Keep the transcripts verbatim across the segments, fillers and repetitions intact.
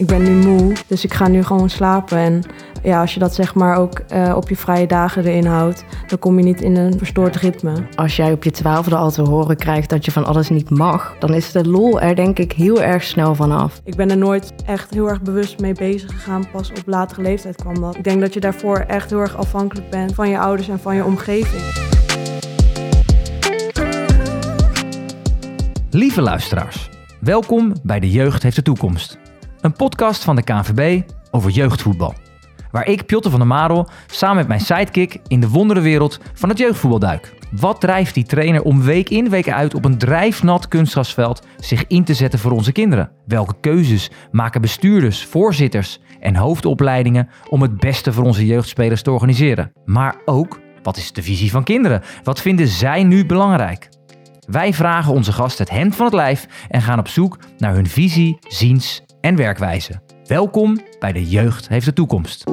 ik ben nu moe, dus ik ga nu gewoon slapen. En ja, als je dat zeg maar ook uh, op je vrije dagen erin houdt, dan kom je niet in een verstoord ritme. Als jij op je twaalfde al te horen krijgt dat je van alles niet mag, dan is de lol er denk ik heel erg snel vanaf. Ik ben er nooit echt heel erg bewust mee bezig gegaan, pas op latere leeftijd kwam dat. Ik denk dat je daarvoor echt heel erg afhankelijk bent van je ouders en van je omgeving. Lieve luisteraars, welkom bij De Jeugd heeft de Toekomst. Een podcast van de K N V B over jeugdvoetbal. Waar ik, Pjotter van der Marel, samen met mijn sidekick in de wonderenwereld van het jeugdvoetbal duik. Wat drijft die trainer om week in week uit op een drijfnat kunstgrasveld zich in te zetten voor onze kinderen? Welke keuzes maken bestuurders, voorzitters en hoofdopleidingen om het beste voor onze jeugdspelers te organiseren? Maar ook, wat is de visie van kinderen? Wat vinden zij nu belangrijk? Wij vragen onze gast het hemd van het lijf en gaan op zoek naar hun visie, ziens en werkwijze. Welkom bij De Jeugd heeft de Toekomst.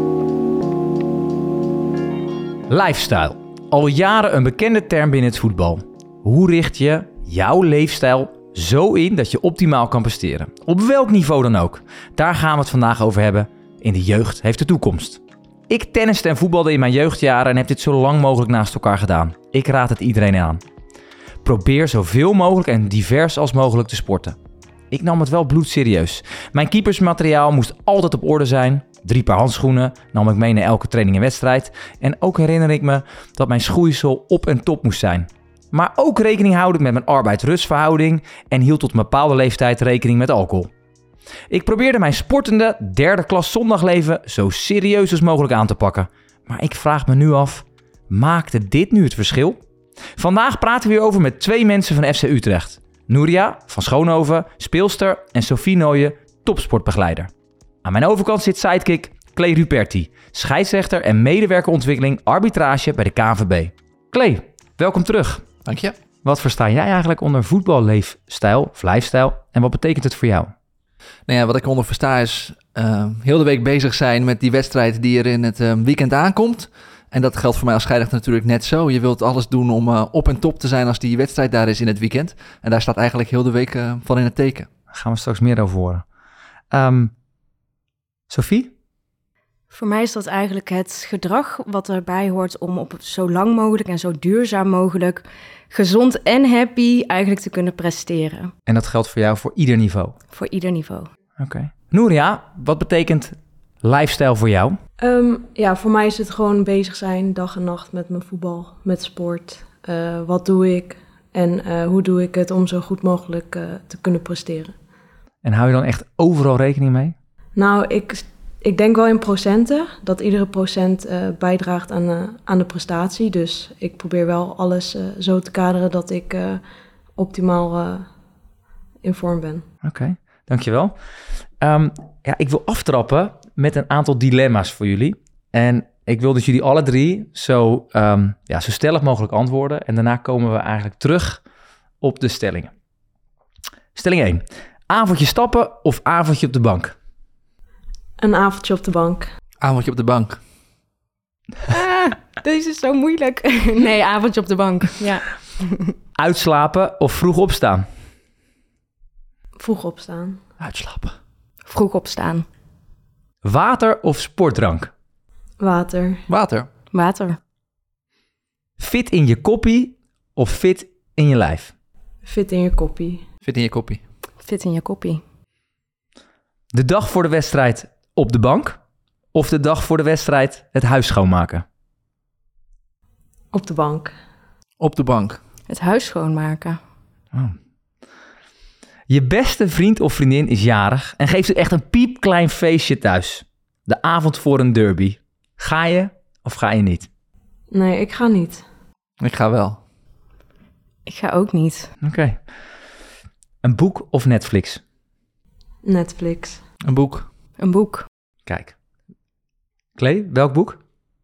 Lifestyle. Al jaren een bekende term binnen het voetbal. Hoe richt je jouw leefstijl zo in dat je optimaal kan presteren? Op welk niveau dan ook. Daar gaan we het vandaag over hebben in De Jeugd heeft de Toekomst. Ik tenniste en voetbalde in mijn jeugdjaren en heb dit zo lang mogelijk naast elkaar gedaan. Ik raad het iedereen aan. Probeer zoveel mogelijk en divers als mogelijk te sporten. Ik nam het wel bloedserieus. Mijn keepersmateriaal moest altijd op orde zijn. Drie paar handschoenen nam ik mee naar elke training en wedstrijd. En ook herinner ik me dat mijn schoeisel op en top moest zijn. Maar ook rekening houden met mijn arbeid-rustverhouding en hield tot een bepaalde leeftijd rekening met alcohol. Ik probeerde mijn sportende derde klas zondagleven zo serieus als mogelijk aan te pakken. Maar ik vraag me nu af, maakte dit nu het verschil? Vandaag praten we weer over met twee mensen van F C Utrecht. Nouria van Schoonhoven, speelster en Sophie Nooyen, topsportbegeleider. Aan mijn overkant zit sidekick Clay Ruperti, scheidsrechter en medewerkerontwikkeling arbitrage bij de K N V B. Clay, welkom terug. Dank je. Wat versta jij eigenlijk onder voetballeefstijl of lifestyle en wat betekent het voor jou? Nou ja, wat ik onder versta is uh, heel de week bezig zijn met die wedstrijd die er in het uh, weekend aankomt. En dat geldt voor mij als scheidsrechter natuurlijk net zo. Je wilt alles doen om uh, op en top te zijn als die wedstrijd daar is in het weekend. En daar staat eigenlijk heel de week uh, van in het teken. Daar gaan we straks meer over horen. Um, Sophie? Voor mij is dat eigenlijk het gedrag wat erbij hoort om op zo lang mogelijk en zo duurzaam mogelijk gezond en happy eigenlijk te kunnen presteren. En dat geldt voor jou voor ieder niveau? Voor ieder niveau. Oké. Okay. Nouria, wat betekent lifestyle voor jou? Um, ja, voor mij is het gewoon bezig zijn dag en nacht met mijn voetbal, met sport. Uh, wat doe ik en uh, hoe doe ik het om zo goed mogelijk uh, te kunnen presteren. En hou je dan echt overal rekening mee? Nou, ik, ik denk wel in procenten, dat iedere procent uh, bijdraagt aan, uh, aan de prestatie. Dus ik probeer wel alles uh, zo te kaderen dat ik uh, optimaal uh, in vorm ben. Oké, okay, dankjewel. Um, ja, ik wil aftrappen met een aantal dilemma's voor jullie. En ik wil dat jullie alle drie zo, um, ja, zo stellig mogelijk antwoorden. En daarna komen we eigenlijk terug op de stellingen. Stelling één. Avondje stappen of avondje op de bank? Een avondje op de bank. Avondje op de bank. Ah, deze is zo moeilijk. Nee, avondje op de bank, ja. Uitslapen of vroeg opstaan? Vroeg opstaan. Uitslapen. Vroeg opstaan. Water of sportdrank? Water. Water. Water. Fit in je koppie of fit in je lijf? Fit in je koppie. Fit in je koppie. Fit in je koppie. De dag voor de wedstrijd op de bank of de dag voor de wedstrijd het huis schoonmaken? Op de bank. Op de bank. Het huis schoonmaken. Oh. Je beste vriend of vriendin is jarig en geeft er echt een piepklein feestje thuis. De avond voor een derby. Ga je of ga je niet? Nee, ik ga niet. Ik ga wel. Ik ga ook niet. Oké. Okay. Een boek of Netflix? Netflix. Een boek. Een boek. Kijk. Clay, welk boek?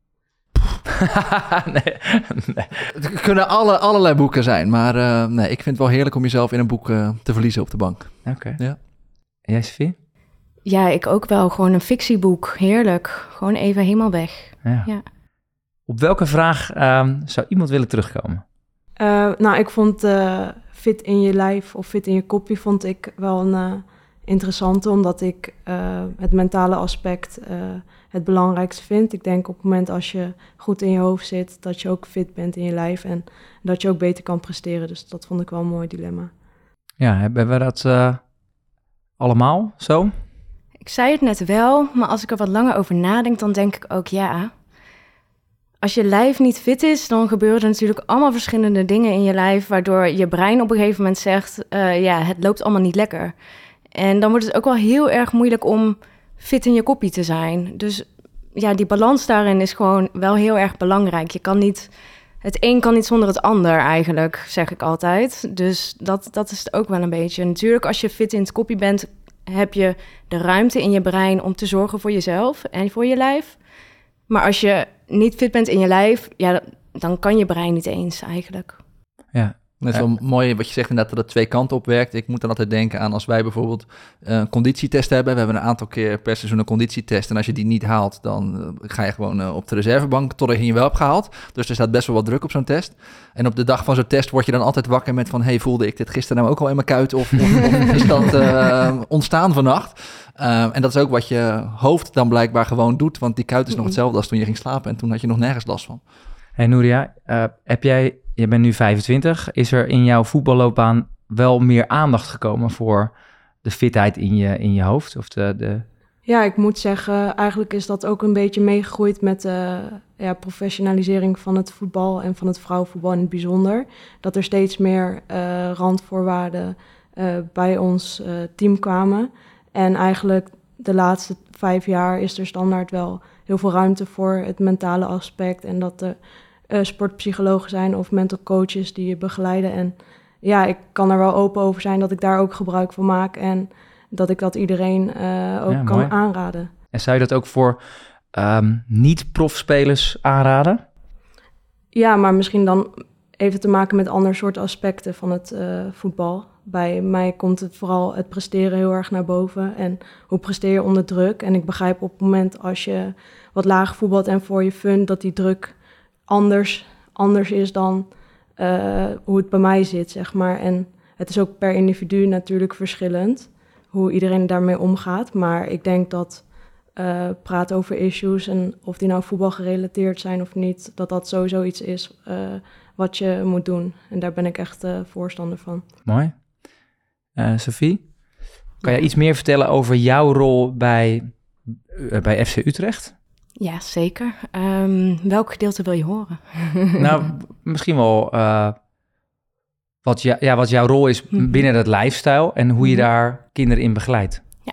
nee, nee. Het kunnen alle, allerlei boeken zijn, maar uh, nee, ik vind het wel heerlijk om jezelf in een boek uh, te verliezen op de bank. Oké. Okay. Ja. En jij, Sophie? Ja, ik ook wel. Gewoon een fictieboek. Heerlijk. Gewoon even helemaal weg. Ja. Ja. Op welke vraag um, zou iemand willen terugkomen? Uh, nou, ik vond uh, fit in je lijf of fit in je koppie vond ik wel een uh, interessante, omdat ik uh, het mentale aspect uh, het belangrijkste vind. Ik denk op het moment als je goed in je hoofd zit, dat je ook fit bent in je lijf en dat je ook beter kan presteren. Dus dat vond ik wel een mooi dilemma. Ja, hebben we dat uh, allemaal zo? Ik zei het net wel, maar als ik er wat langer over nadenk, dan denk ik ook ja. Als je lijf niet fit is, dan gebeuren er natuurlijk allemaal verschillende dingen in je lijf, waardoor je brein op een gegeven moment zegt, uh, ja, het loopt allemaal niet lekker. En dan wordt het ook wel heel erg moeilijk om fit in je koppie te zijn. Dus ja, die balans daarin is gewoon wel heel erg belangrijk. Je kan niet, het een kan niet zonder het ander eigenlijk, zeg ik altijd. Dus dat, dat is het ook wel een beetje. Natuurlijk, als je fit in het koppie bent, heb je de ruimte in je brein om te zorgen voor jezelf en voor je lijf. Maar als je niet fit bent in je lijf, ja, dan kan je brein niet eens eigenlijk. Ja. Het is wel mooi wat je zegt inderdaad, dat het twee kanten op werkt. Ik moet dan altijd denken aan als wij bijvoorbeeld een conditietest hebben. We hebben een aantal keer per seizoen een conditietest. En als je die niet haalt, dan uh, ga je gewoon uh, op de reservebank totdat je je wel hebt gehaald. Dus er staat best wel wat druk op zo'n test. En op de dag van zo'n test word je dan altijd wakker met van, hey, voelde ik dit gisteren nou ook al in mijn kuit? Of, of, of is dat uh, ontstaan vannacht? Uh, en dat is ook wat je hoofd dan blijkbaar gewoon doet. Want die kuit is nog hetzelfde als toen je ging slapen. En toen had je nog nergens last van. Hey Nouria, uh, heb jij... Je bent nu vijfentwintig. Is er in jouw voetballoopbaan wel meer aandacht gekomen voor de fitheid in je, in je hoofd? Of de, de... Ja, ik moet zeggen, eigenlijk is dat ook een beetje meegegroeid met de ja, professionalisering van het voetbal en van het vrouwenvoetbal in het bijzonder. Dat er steeds meer uh, randvoorwaarden uh, bij ons uh, team kwamen. En eigenlijk de laatste vijf jaar is er standaard wel heel veel ruimte voor het mentale aspect en dat de Uh, sportpsychologen zijn of mental coaches die je begeleiden. En ja, ik kan er wel open over zijn dat ik daar ook gebruik van maak en dat ik dat iedereen uh, ook ja, kan mooi. aanraden. En zou je dat ook voor um, niet-profspelers aanraden? Ja, maar misschien dan even te maken met ander soort aspecten van het uh, voetbal. Bij mij komt het vooral het presteren heel erg naar boven en hoe presteer je onder druk. En ik begrijp op het moment als je wat laag voetbalt en voor je fun, dat die druk Anders, anders is dan uh, hoe het bij mij zit, zeg maar. En het is ook per individu natuurlijk verschillend hoe iedereen daarmee omgaat. Maar ik denk dat uh, praten over issues en of die nou voetbal gerelateerd zijn of niet, dat dat sowieso iets is uh, wat je moet doen. En daar ben ik echt uh, voorstander van. Mooi. Uh, Sophie, kan jij iets meer vertellen over jouw rol bij, uh, bij F C Utrecht? Ja, zeker. Um, welk gedeelte wil je horen? Nou, misschien wel uh, wat, ja, ja, wat jouw rol is binnen dat lifestyle en hoe je daar kinderen in begeleidt. Ja.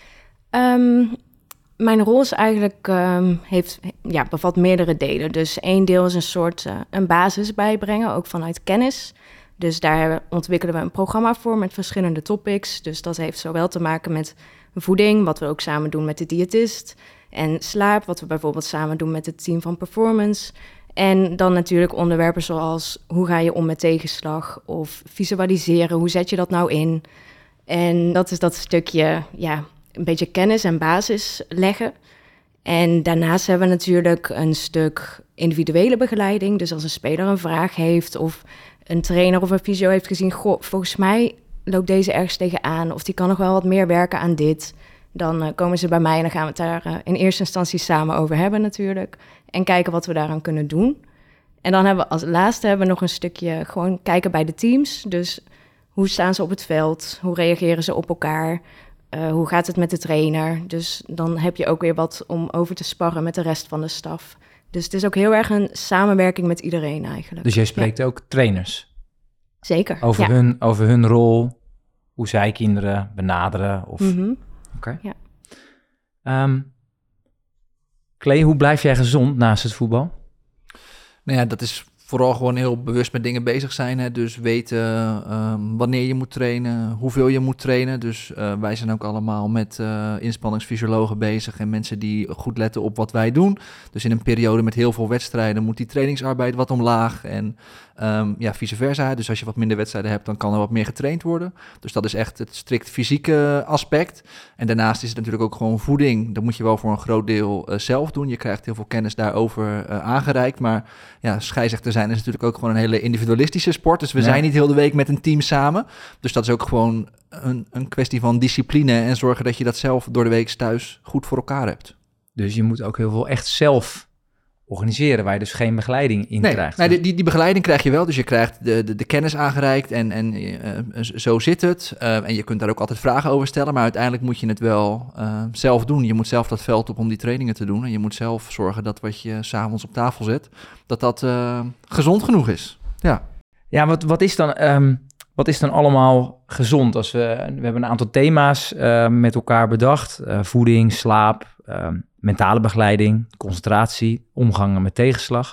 Um, mijn rol is eigenlijk, um, heeft, ja, bevat meerdere delen. Dus één deel is een soort uh, een basis bijbrengen, ook vanuit kennis. Dus daar ontwikkelen we een programma voor met verschillende topics. Dus dat heeft zowel te maken met voeding, wat we ook samen doen met de diëtist, en slaap, wat we bijvoorbeeld samen doen met het team van performance. En dan natuurlijk onderwerpen zoals hoe ga je om met tegenslag of visualiseren, hoe zet je dat nou in? En dat is dat stukje, ja, een beetje kennis en basis leggen. En daarnaast hebben we natuurlijk een stuk individuele begeleiding. Dus als een speler een vraag heeft of een trainer of een fysio heeft gezien, goh, volgens mij loopt deze ergens tegenaan of die kan nog wel wat meer werken aan dit. Dan uh, komen ze bij mij en dan gaan we het daar uh, in eerste instantie samen over hebben natuurlijk. En kijken wat we daaraan kunnen doen. En dan hebben we als laatste hebben we nog een stukje gewoon kijken bij de teams. Dus hoe staan ze op het veld? Hoe reageren ze op elkaar? Uh, hoe gaat het met de trainer? Dus dan heb je ook weer wat om over te sparren met de rest van de staf. Dus het is ook heel erg een samenwerking met iedereen eigenlijk. Dus jij spreekt ja. ook trainers? Zeker, Over, ja. hun, over hun rol, hoe zij kinderen benaderen? Of... Mm-hmm. Oké. Ja. Um, Klee, hoe blijf jij gezond naast het voetbal? Nou ja, dat is vooral gewoon heel bewust met dingen bezig zijn. Hè? Dus weten um, wanneer je moet trainen, hoeveel je moet trainen. Dus uh, wij zijn ook allemaal met uh, inspanningsfysiologen bezig en mensen die goed letten op wat wij doen. Dus in een periode met heel veel wedstrijden moet die trainingsarbeid wat omlaag en um, ja, vice versa. Dus als je wat minder wedstrijden hebt, dan kan er wat meer getraind worden. Dus dat is echt het strikt fysieke aspect. En daarnaast is het natuurlijk ook gewoon voeding. Dat moet je wel voor een groot deel uh, zelf doen. Je krijgt heel veel kennis daarover uh, aangereikt. Maar ja, scheidsrechter zijn zijn is natuurlijk ook gewoon een hele individualistische sport. Dus we Ja. zijn niet heel de week met een team samen. Dus dat is ook gewoon een, een kwestie van discipline en zorgen dat je dat zelf door de week thuis goed voor elkaar hebt. Dus je moet ook heel veel echt zelf organiseren, waar je dus geen begeleiding in Nee, krijgt. nee die, die, die begeleiding krijg je wel. Dus je krijgt de, de, de kennis aangereikt en, en uh, zo zit het. Uh, en je kunt daar ook altijd vragen over stellen. Maar uiteindelijk moet je het wel uh, zelf doen. Je moet zelf dat veld op om die trainingen te doen. En je moet zelf zorgen dat wat je 's avonds op tafel zet, dat dat uh, gezond genoeg is. Ja, Ja, wat, wat, is dan, um, wat is dan allemaal gezond? Als we, we hebben een aantal thema's uh, met elkaar bedacht. Uh, voeding, slaap, uh, mentale begeleiding, concentratie, omgang met tegenslag.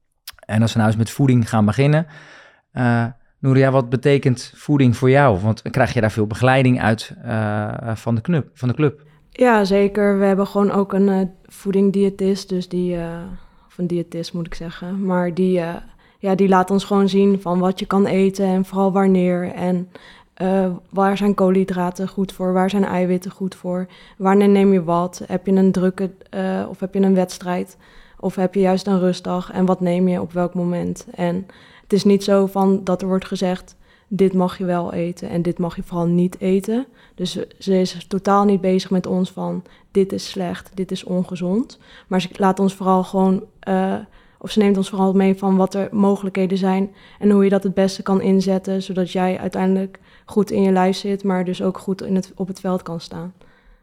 En als we nou eens met voeding gaan beginnen. Uh, Nouria, wat betekent voeding voor jou? Want krijg je daar veel begeleiding uit uh, van, de club, van de club? Ja, zeker. We hebben gewoon ook een uh, voedingdiëtist, dus die, uh, of een diëtist moet ik zeggen. Maar die, uh, ja, die laat ons gewoon zien van wat je kan eten en vooral wanneer. En uh, waar zijn koolhydraten goed voor, waar zijn eiwitten goed voor? Wanneer neem je wat? Heb je een drukke uh, of heb je een wedstrijd? Of heb je juist een rustdag en wat neem je op welk moment? En het is niet zo van dat er wordt gezegd, dit mag je wel eten en dit mag je vooral niet eten. Dus ze is totaal niet bezig met ons van, dit is slecht, dit is ongezond. Maar ze laat ons vooral gewoon, uh, of ze neemt ons vooral mee van wat er mogelijkheden zijn en hoe je dat het beste kan inzetten, zodat jij uiteindelijk goed in je lijf zit, maar dus ook goed in het, op het veld kan staan.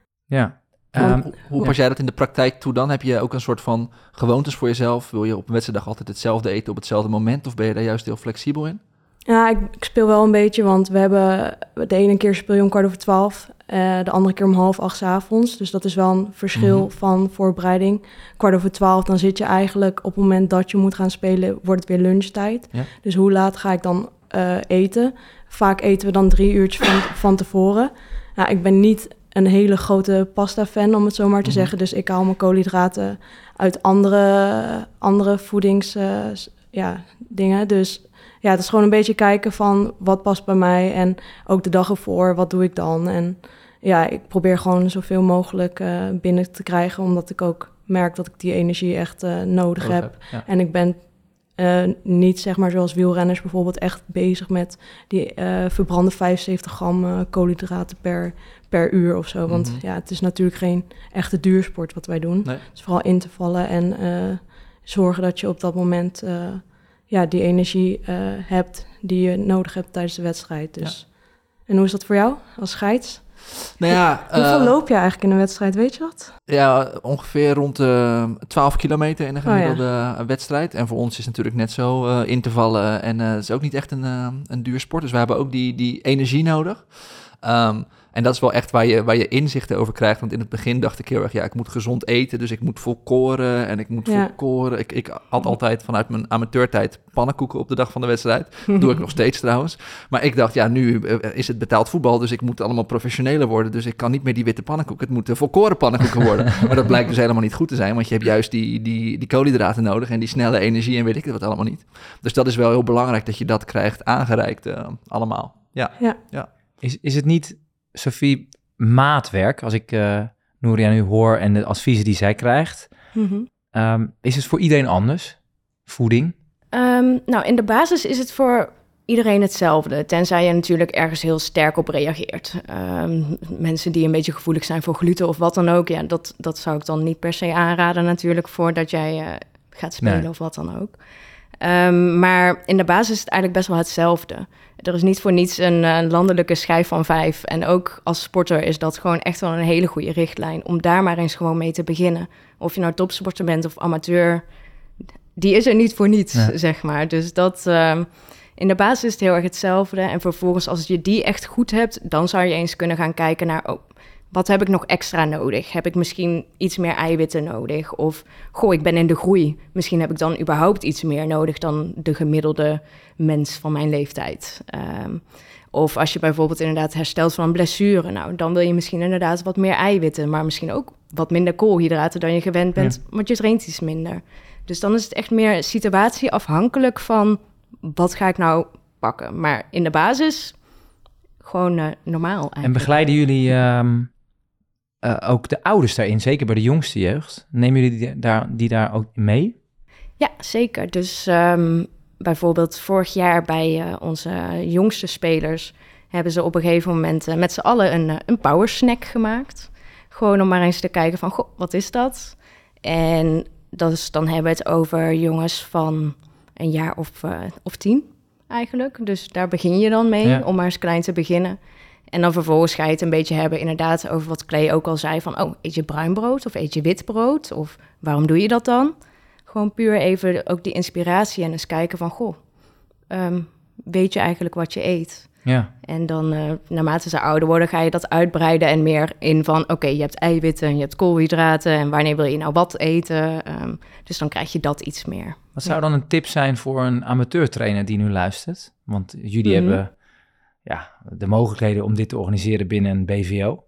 Ja. Um, hoe hoe pas jij dat in de praktijk toe dan? Heb je ook een soort van gewoontes voor jezelf? Wil je op een wedstrijddag altijd hetzelfde eten op hetzelfde moment? Of ben je daar juist heel flexibel in? Ja, ik, ik speel wel een beetje, want we hebben de ene keer speel je om kwart over twaalf, uh, de andere keer om half acht 's avonds. Dus dat is wel een verschil mm-hmm. van voorbereiding. Kwart over twaalf, dan zit je eigenlijk op het moment dat je moet gaan spelen, wordt het weer lunchtijd. Ja. Dus hoe laat ga ik dan uh, eten? Vaak eten we dan drie uurtjes van, van tevoren. Nou, ik ben niet een hele grote pasta-fan, om het zo maar te mm-hmm. zeggen. Dus ik haal mijn koolhydraten uit andere, andere voedings uh, ja, dingen. Dus ja, het is gewoon een beetje kijken van wat past bij mij. En ook de dag ervoor, wat doe ik dan? En ja, ik probeer gewoon zoveel mogelijk uh, binnen te krijgen, omdat ik ook merk dat ik die energie echt uh, nodig oh, heb. heb ja. En ik ben uh, niet, zeg maar, zoals wielrenners bijvoorbeeld echt bezig met die uh, verbrande vijfenzeventig gram uh, koolhydraten per, per uur of zo. Want mm-hmm. ja, het is natuurlijk geen echte duursport wat wij doen. Nee. Het is vooral in te vallen en uh, zorgen dat je op dat moment uh, ja, die energie uh, hebt die je nodig hebt tijdens de wedstrijd. Dus. Ja. En hoe is dat voor jou als scheids? Nou ja, Hoeveel uh, loop je eigenlijk in een wedstrijd, weet je dat? Ja, ongeveer rond de twaalf kilometer in een gemiddelde oh, ja. wedstrijd. En voor ons is het natuurlijk net zo uh, in te vallen. En uh, het is ook niet echt een, uh, een duur sport. Dus we hebben ook die, die energie nodig. Um, en dat is wel echt waar je, waar je inzichten over krijgt. Want in het begin dacht ik heel erg, ja, ik moet gezond eten. Dus ik moet volkoren en ik moet ja. volkoren. Ik, ik had altijd vanuit mijn amateurtijd pannenkoeken op de dag van de wedstrijd. Dat doe ik nog steeds trouwens. Maar ik dacht, ja, nu is het betaald voetbal. Dus ik moet allemaal professioneler worden. Dus ik kan niet meer die witte pannenkoeken. Het moeten volkoren pannenkoeken worden. Maar dat blijkt dus helemaal niet goed te zijn. Want je hebt juist die, die, die koolhydraten nodig. En die snelle energie en weet ik het wat allemaal niet. Dus dat is wel heel belangrijk dat je dat krijgt aangereikt uh, allemaal. Ja. ja. ja. Is, is het niet, Sophie, maatwerk, als ik uh, Nouria nu hoor en de adviezen die zij krijgt? Mm-hmm. Um, is het voor iedereen anders, voeding? Um, nou, in de basis is het voor iedereen hetzelfde, tenzij je natuurlijk ergens heel sterk op reageert. Um, mensen die een beetje gevoelig zijn voor gluten of wat dan ook, ja, dat, dat zou ik dan niet per se aanraden natuurlijk voordat jij uh, gaat spelen nee. of wat dan ook. Um, maar in de basis is het eigenlijk best wel hetzelfde. Er is niet voor niets een uh, landelijke schijf van vijf. En ook als sporter is dat gewoon echt wel een hele goede richtlijn om daar maar eens gewoon mee te beginnen. Of je nou topsporter bent of amateur, die is er niet voor niets, nee. zeg maar. Dus dat, uh, in de basis is het heel erg hetzelfde. En vervolgens, als je die echt goed hebt, dan zou je eens kunnen gaan kijken naar, oh, wat heb ik nog extra nodig? Heb ik misschien iets meer eiwitten nodig? Of, goh, ik ben in de groei. Misschien heb ik dan überhaupt iets meer nodig dan de gemiddelde mens van mijn leeftijd. Um, of als je bijvoorbeeld inderdaad herstelt van een blessure, nou, dan wil je misschien inderdaad wat meer eiwitten, maar misschien ook wat minder koolhydraten dan je gewend bent, ja. want je traint iets minder. Dus dan is het echt meer situatieafhankelijk van, wat ga ik nou pakken? Maar in de basis gewoon uh, normaal eigenlijk. En begeleiden jullie um, uh, ook de ouders daarin, zeker bij de jongste jeugd? Nemen jullie die daar, die daar ook mee? Ja, zeker. Dus um, bijvoorbeeld vorig jaar bij uh, onze jongste spelers hebben ze op een gegeven moment uh, met z'n allen een, uh, een power snack gemaakt. Gewoon om maar eens te kijken van, goh, wat is dat? En dat is, dan hebben we het over jongens van een jaar of, uh, of tien eigenlijk. Dus daar begin je dan mee, ja. om maar eens klein te beginnen. En dan vervolgens ga je het een beetje hebben inderdaad over wat Clay ook al zei van, oh, eet je bruin brood of eet je wit brood? Of waarom doe je dat dan? Gewoon puur even ook die inspiratie en eens kijken van, goh, um, weet je eigenlijk wat je eet? Ja. En dan, uh, naarmate ze ouder worden, ga je dat uitbreiden en meer in van, oké, okay, je hebt eiwitten, je hebt koolhydraten en wanneer wil je nou wat eten? Um, dus dan krijg je dat iets meer. Wat zou dan een tip zijn voor een amateurtrainer die nu luistert? Want jullie mm-hmm. hebben ja, de mogelijkheden om dit te organiseren binnen een B V O.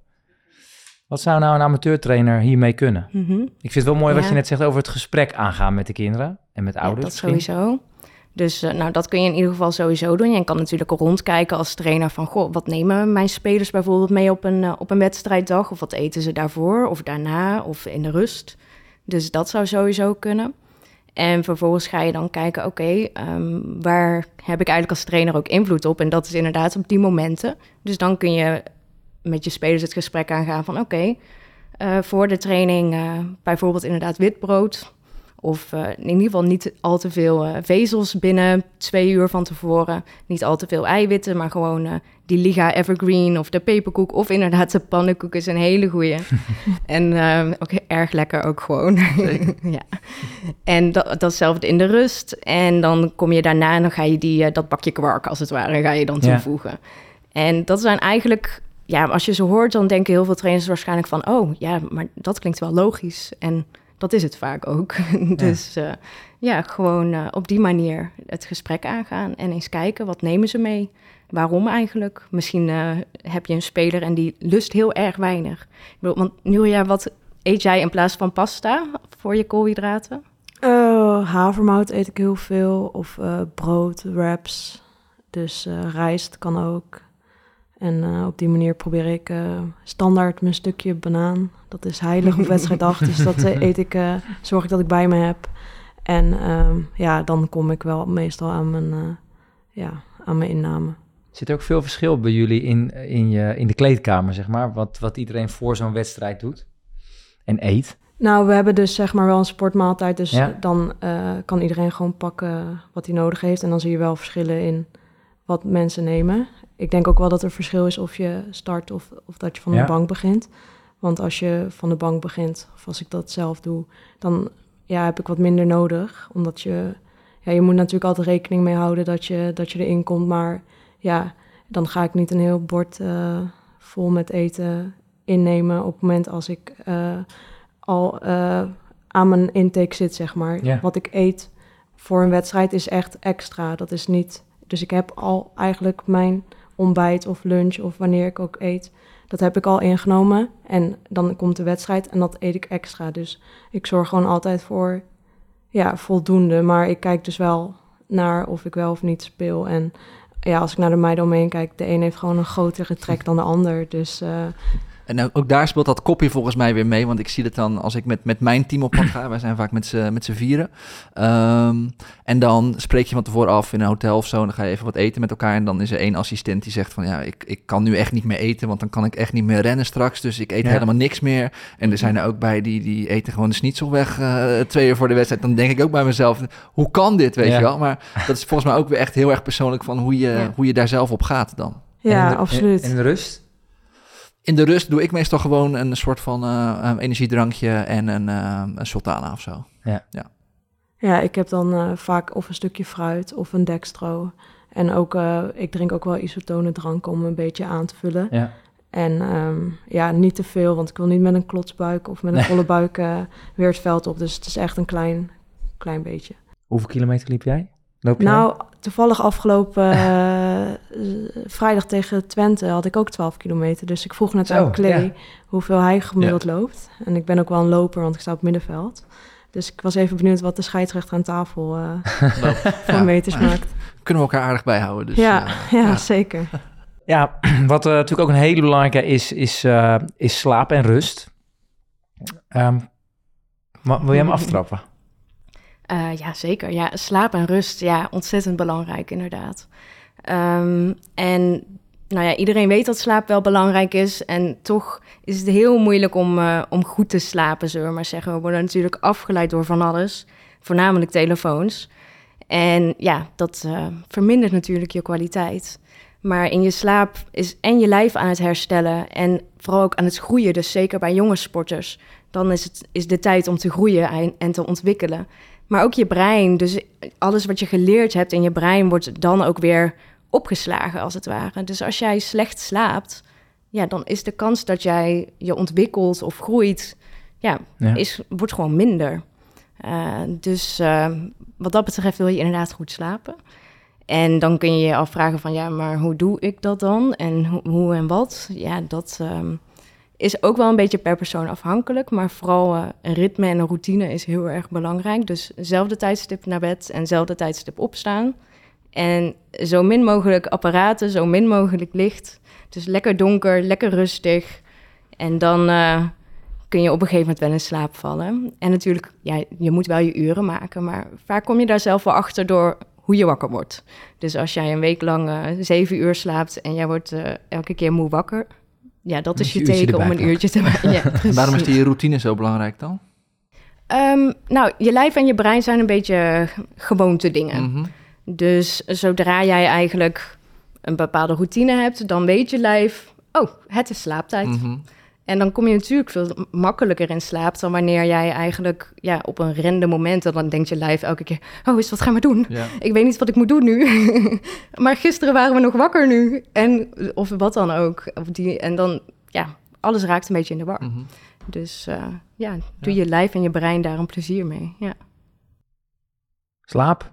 Wat zou nou een amateurtrainer hiermee kunnen? Mm-hmm. Ik vind het wel mooi ja. wat je net zegt over het gesprek aangaan met de kinderen en met ouders. Ja, dat misschien. Sowieso. Dus uh, nou, dat kun je in ieder geval sowieso doen. Je kan natuurlijk rondkijken als trainer van, goh, wat nemen mijn spelers bijvoorbeeld mee op een, uh, op een wedstrijddag? Of wat eten ze daarvoor of daarna of in de rust? Dus dat zou sowieso kunnen. En vervolgens ga je dan kijken, oké, okay, um, waar heb ik eigenlijk als trainer ook invloed op? En dat is inderdaad op die momenten. Dus dan kun je met je spelers het gesprek aangaan van, oké, okay, uh, voor de training uh, bijvoorbeeld inderdaad witbrood. Of uh, in ieder geval niet al te veel uh, vezels binnen twee uur van tevoren. Niet al te veel eiwitten, maar gewoon uh, die Liga Evergreen of de peperkoek. Of inderdaad de pannenkoek is een hele goeie. En uh, ook erg lekker ook gewoon. Ja. En dat, datzelfde in de rust. En dan kom je daarna en dan ga je die, uh, dat bakje kwark als het ware ga je dan toevoegen. Ja. En dat zijn eigenlijk, ja, als je ze hoort, dan denken heel veel trainers waarschijnlijk van, oh ja, maar dat klinkt wel logisch. En dat is het vaak ook. Dus uh, ja, gewoon uh, op die manier het gesprek aangaan en eens kijken, wat nemen ze mee? Waarom eigenlijk? Misschien uh, heb je een speler en die lust heel erg weinig. Ik bedoel, want Nuria, wat eet jij in plaats van pasta voor je koolhydraten? Uh, havermout eet ik heel veel. Of uh, brood, wraps. Dus uh, rijst kan ook. En uh, op die manier probeer ik uh, standaard mijn stukje banaan. Dat is heilig op wedstrijddag, dus dat uh, eet ik, uh, zorg ik dat ik bij me heb. En um, ja, dan kom ik wel meestal aan mijn, uh, ja, aan mijn inname. Zit er ook veel verschil bij jullie in, in, je, in de kleedkamer, zeg maar? Wat, wat iedereen voor zo'n wedstrijd doet en eet? Nou, we hebben dus zeg maar wel een sportmaaltijd. Dus ja. dan uh, kan iedereen gewoon pakken wat hij nodig heeft. En dan zie je wel verschillen in wat mensen nemen. Ik denk ook wel dat er verschil is of je start of, of dat je van ja. de bank begint. Want als je van de bank begint, of als ik dat zelf doe, dan ja, heb ik wat minder nodig. Omdat je, ja, je moet natuurlijk altijd rekening mee houden dat je, dat je erin komt. Maar ja, dan ga ik niet een heel bord uh, vol met eten innemen op het moment als ik uh, al uh, aan mijn intake zit, zeg maar. Ja. Wat ik eet voor een wedstrijd is echt extra. Dat is niet... Dus ik heb al eigenlijk mijn ontbijt of lunch of wanneer ik ook eet, dat heb ik al ingenomen. En dan komt de wedstrijd en dat eet ik extra. Dus ik zorg gewoon altijd voor ja, voldoende. Maar ik kijk dus wel naar of ik wel of niet speel. En ja, als ik naar de meiden omheen kijk, de een heeft gewoon een grotere trek dan de ander. Dus... Uh, En ook daar speelt dat kopje volgens mij weer mee. Want ik zie het dan als ik met, met mijn team op pad ga. Wij zijn vaak met z'n, met z'n vieren. Um, en dan spreek je van tevoren af in een hotel of zo. En dan ga je even wat eten met elkaar. En dan is er één assistent die zegt van... ja, ik, ik kan nu echt niet meer eten. Want dan kan ik echt niet meer rennen straks. Dus ik eet ja. helemaal niks meer. En er zijn er ook bij die, die eten gewoon de schnitzel weg. Uh, twee uur voor de wedstrijd. Dan denk ik ook bij mezelf... hoe kan dit, weet ja. je wel? Maar dat is volgens mij ook weer echt heel erg persoonlijk... van hoe je, ja. hoe je daar zelf op gaat dan. Ja, en de, absoluut. En, en de rust? In de rust doe ik meestal gewoon een soort van uh, um, energiedrankje en een, uh, een sultana of zo. Ja, ja. ja ik heb dan uh, vaak of een stukje fruit of een dextro. En ook, uh, ik drink ook wel isotone drank om een beetje aan te vullen. Ja. En um, ja, niet te veel, want ik wil niet met een klotsbuik of met een nee. volle buik uh, weer het veld op. Dus het is echt een klein, klein beetje. Hoeveel kilometer liep jij? Loop nou, toevallig afgelopen uh, vrijdag tegen Twente had ik ook twaalf kilometer. Dus ik vroeg net Zo, aan Clay ja. hoeveel hij gemiddeld ja. loopt. En ik ben ook wel een loper, want ik sta op het middenveld. Dus ik was even benieuwd wat de scheidsrechter aan tafel uh, voor ja. meters maakt. Kunnen we elkaar aardig bijhouden. Dus, ja, uh, ja, ja, zeker. Ja, wat uh, natuurlijk ook een hele belangrijke is, is, uh, is slaap en rust. Um, maar wil jij hem aftrappen? Uh, ja, zeker. Ja, slaap en rust, ja, ontzettend belangrijk inderdaad. Um, en nou ja, iedereen weet dat slaap wel belangrijk is. En toch is het heel moeilijk om, uh, om goed te slapen, zullen we maar zeggen. We worden natuurlijk afgeleid door van alles, voornamelijk telefoons. En ja, dat uh, vermindert natuurlijk je kwaliteit. Maar in je slaap is en je lijf aan het herstellen en vooral ook aan het groeien. Dus zeker bij jonge sporters. Dan is het is de tijd om te groeien en te ontwikkelen. Maar ook je brein. Dus alles wat je geleerd hebt in je brein wordt dan ook weer opgeslagen, als het ware. Dus als jij slecht slaapt, ja, dan is de kans dat jij je ontwikkelt of groeit, ja, ja. Is, wordt gewoon minder. Uh, dus uh, wat dat betreft wil je inderdaad goed slapen. En dan kun je je afvragen van, ja, maar hoe doe ik dat dan? En ho- hoe en wat? Ja, dat um, is ook wel een beetje per persoon afhankelijk. Maar vooral uh, een ritme en een routine is heel erg belangrijk. Dus zelfde tijdstip naar bed en zelfde tijdstip opstaan. En zo min mogelijk apparaten, zo min mogelijk licht. Dus lekker donker, lekker rustig. En dan uh, kun je op een gegeven moment wel in slaap vallen. En natuurlijk, ja, je moet wel je uren maken. Maar vaak kom je daar zelf wel achter door hoe je wakker wordt. Dus als jij een week lang uh, zeven uur slaapt en jij wordt uh, elke keer moe wakker, ja, dat is je teken om een uurtje te maken. Ja, waarom is die routine zo belangrijk dan? Um, nou, je lijf en je brein zijn een beetje gewoonte dingen. Mm-hmm. Dus zodra jij eigenlijk een bepaalde routine hebt, dan weet je lijf, oh, het is slaaptijd. Mm-hmm. En dan kom je natuurlijk veel makkelijker in slaap dan wanneer jij eigenlijk ja, op een random moment, en dan denkt je lijf elke keer, oh, is wat gaan we doen? Ja. Ik weet niet wat ik moet doen nu. Maar gisteren waren we nog wakker nu. En, of wat dan ook. Of die, en dan, ja, alles raakt een beetje in de war. Mm-hmm. Dus uh, ja, doe ja. je lijf en je brein daar een plezier mee. Ja. Slaap?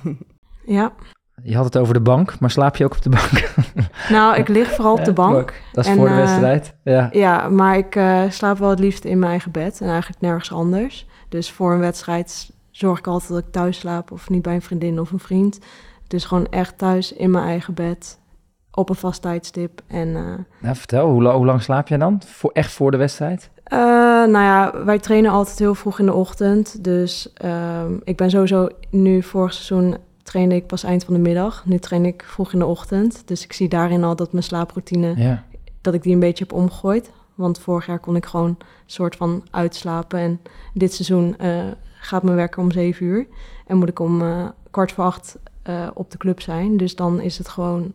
Ja. Je had het over de bank, maar slaap je ook op de bank? Nou, ik lig vooral op de bank. Dat is en, voor de uh, wedstrijd, ja. Ja, maar ik uh, slaap wel het liefst in mijn eigen bed en eigenlijk nergens anders. Dus voor een wedstrijd zorg ik altijd dat ik thuis slaap of niet bij een vriendin of een vriend. Dus gewoon echt thuis in mijn eigen bed op een vast tijdstip. En, uh, nou, vertel, hoe, hoe lang slaap jij dan? Voor, echt voor de wedstrijd? Uh, nou ja, wij trainen altijd heel vroeg in de ochtend. Dus uh, ik ben sowieso nu vorig seizoen trainde ik pas eind van de middag. Nu train ik vroeg in de ochtend. Dus ik zie daarin al dat mijn slaaproutine, ja. dat ik die een beetje heb omgegooid. Want vorig jaar kon ik gewoon een soort van uitslapen. En dit seizoen uh, gaat mijn werken om zeven uur. En moet ik om uh, kwart voor acht uh, op de club zijn. Dus dan is het gewoon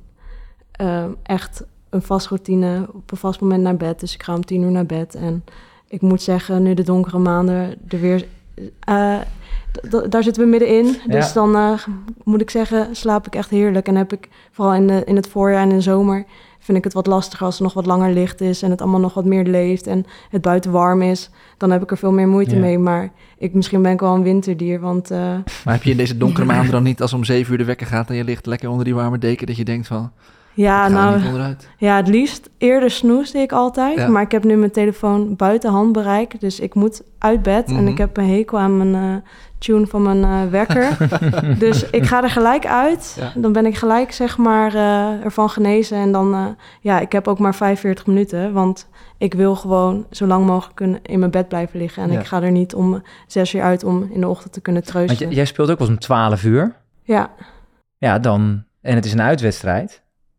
uh, echt een vast routine, op een vast moment naar bed. Dus ik ga om tien uur naar bed. En ik moet zeggen, nu de donkere maanden er weer... Uh, d- daar zitten we middenin. Dus ja. dan uh, moet ik zeggen, slaap ik echt heerlijk. En heb ik vooral in, de, in het voorjaar en in de zomer vind ik het wat lastiger als er nog wat langer licht is en het allemaal nog wat meer leeft en het buiten warm is. Dan heb ik er veel meer moeite ja. mee. Maar ik, misschien ben ik wel een winterdier, want... Uh... Maar heb je in deze donkere maanden dan niet, als om zeven uur de wekker gaat en je ligt lekker onder die warme deken, dat je denkt van... Ja, nou, niet onderuit. ja, het liefst eerder snoesde ik altijd. Ja. Maar ik heb nu mijn telefoon buiten handbereik. Dus ik moet uit bed. Mm-hmm. En ik heb een hekel aan mijn uh, tune van mijn uh, wekker. Dus ik ga er gelijk uit. Ja. Dan ben ik gelijk, zeg maar, uh, ervan genezen. En dan, uh, ja, ik heb ook maar vijfenveertig minuten. Want ik wil gewoon zo lang mogelijk kunnen in mijn bed blijven liggen. En ja. ik ga er niet om zes uur uit om in de ochtend te kunnen troosten. Want j- jij speelt ook wel eens om twaalf uur. Ja. Ja, dan... En het is een uitwedstrijd.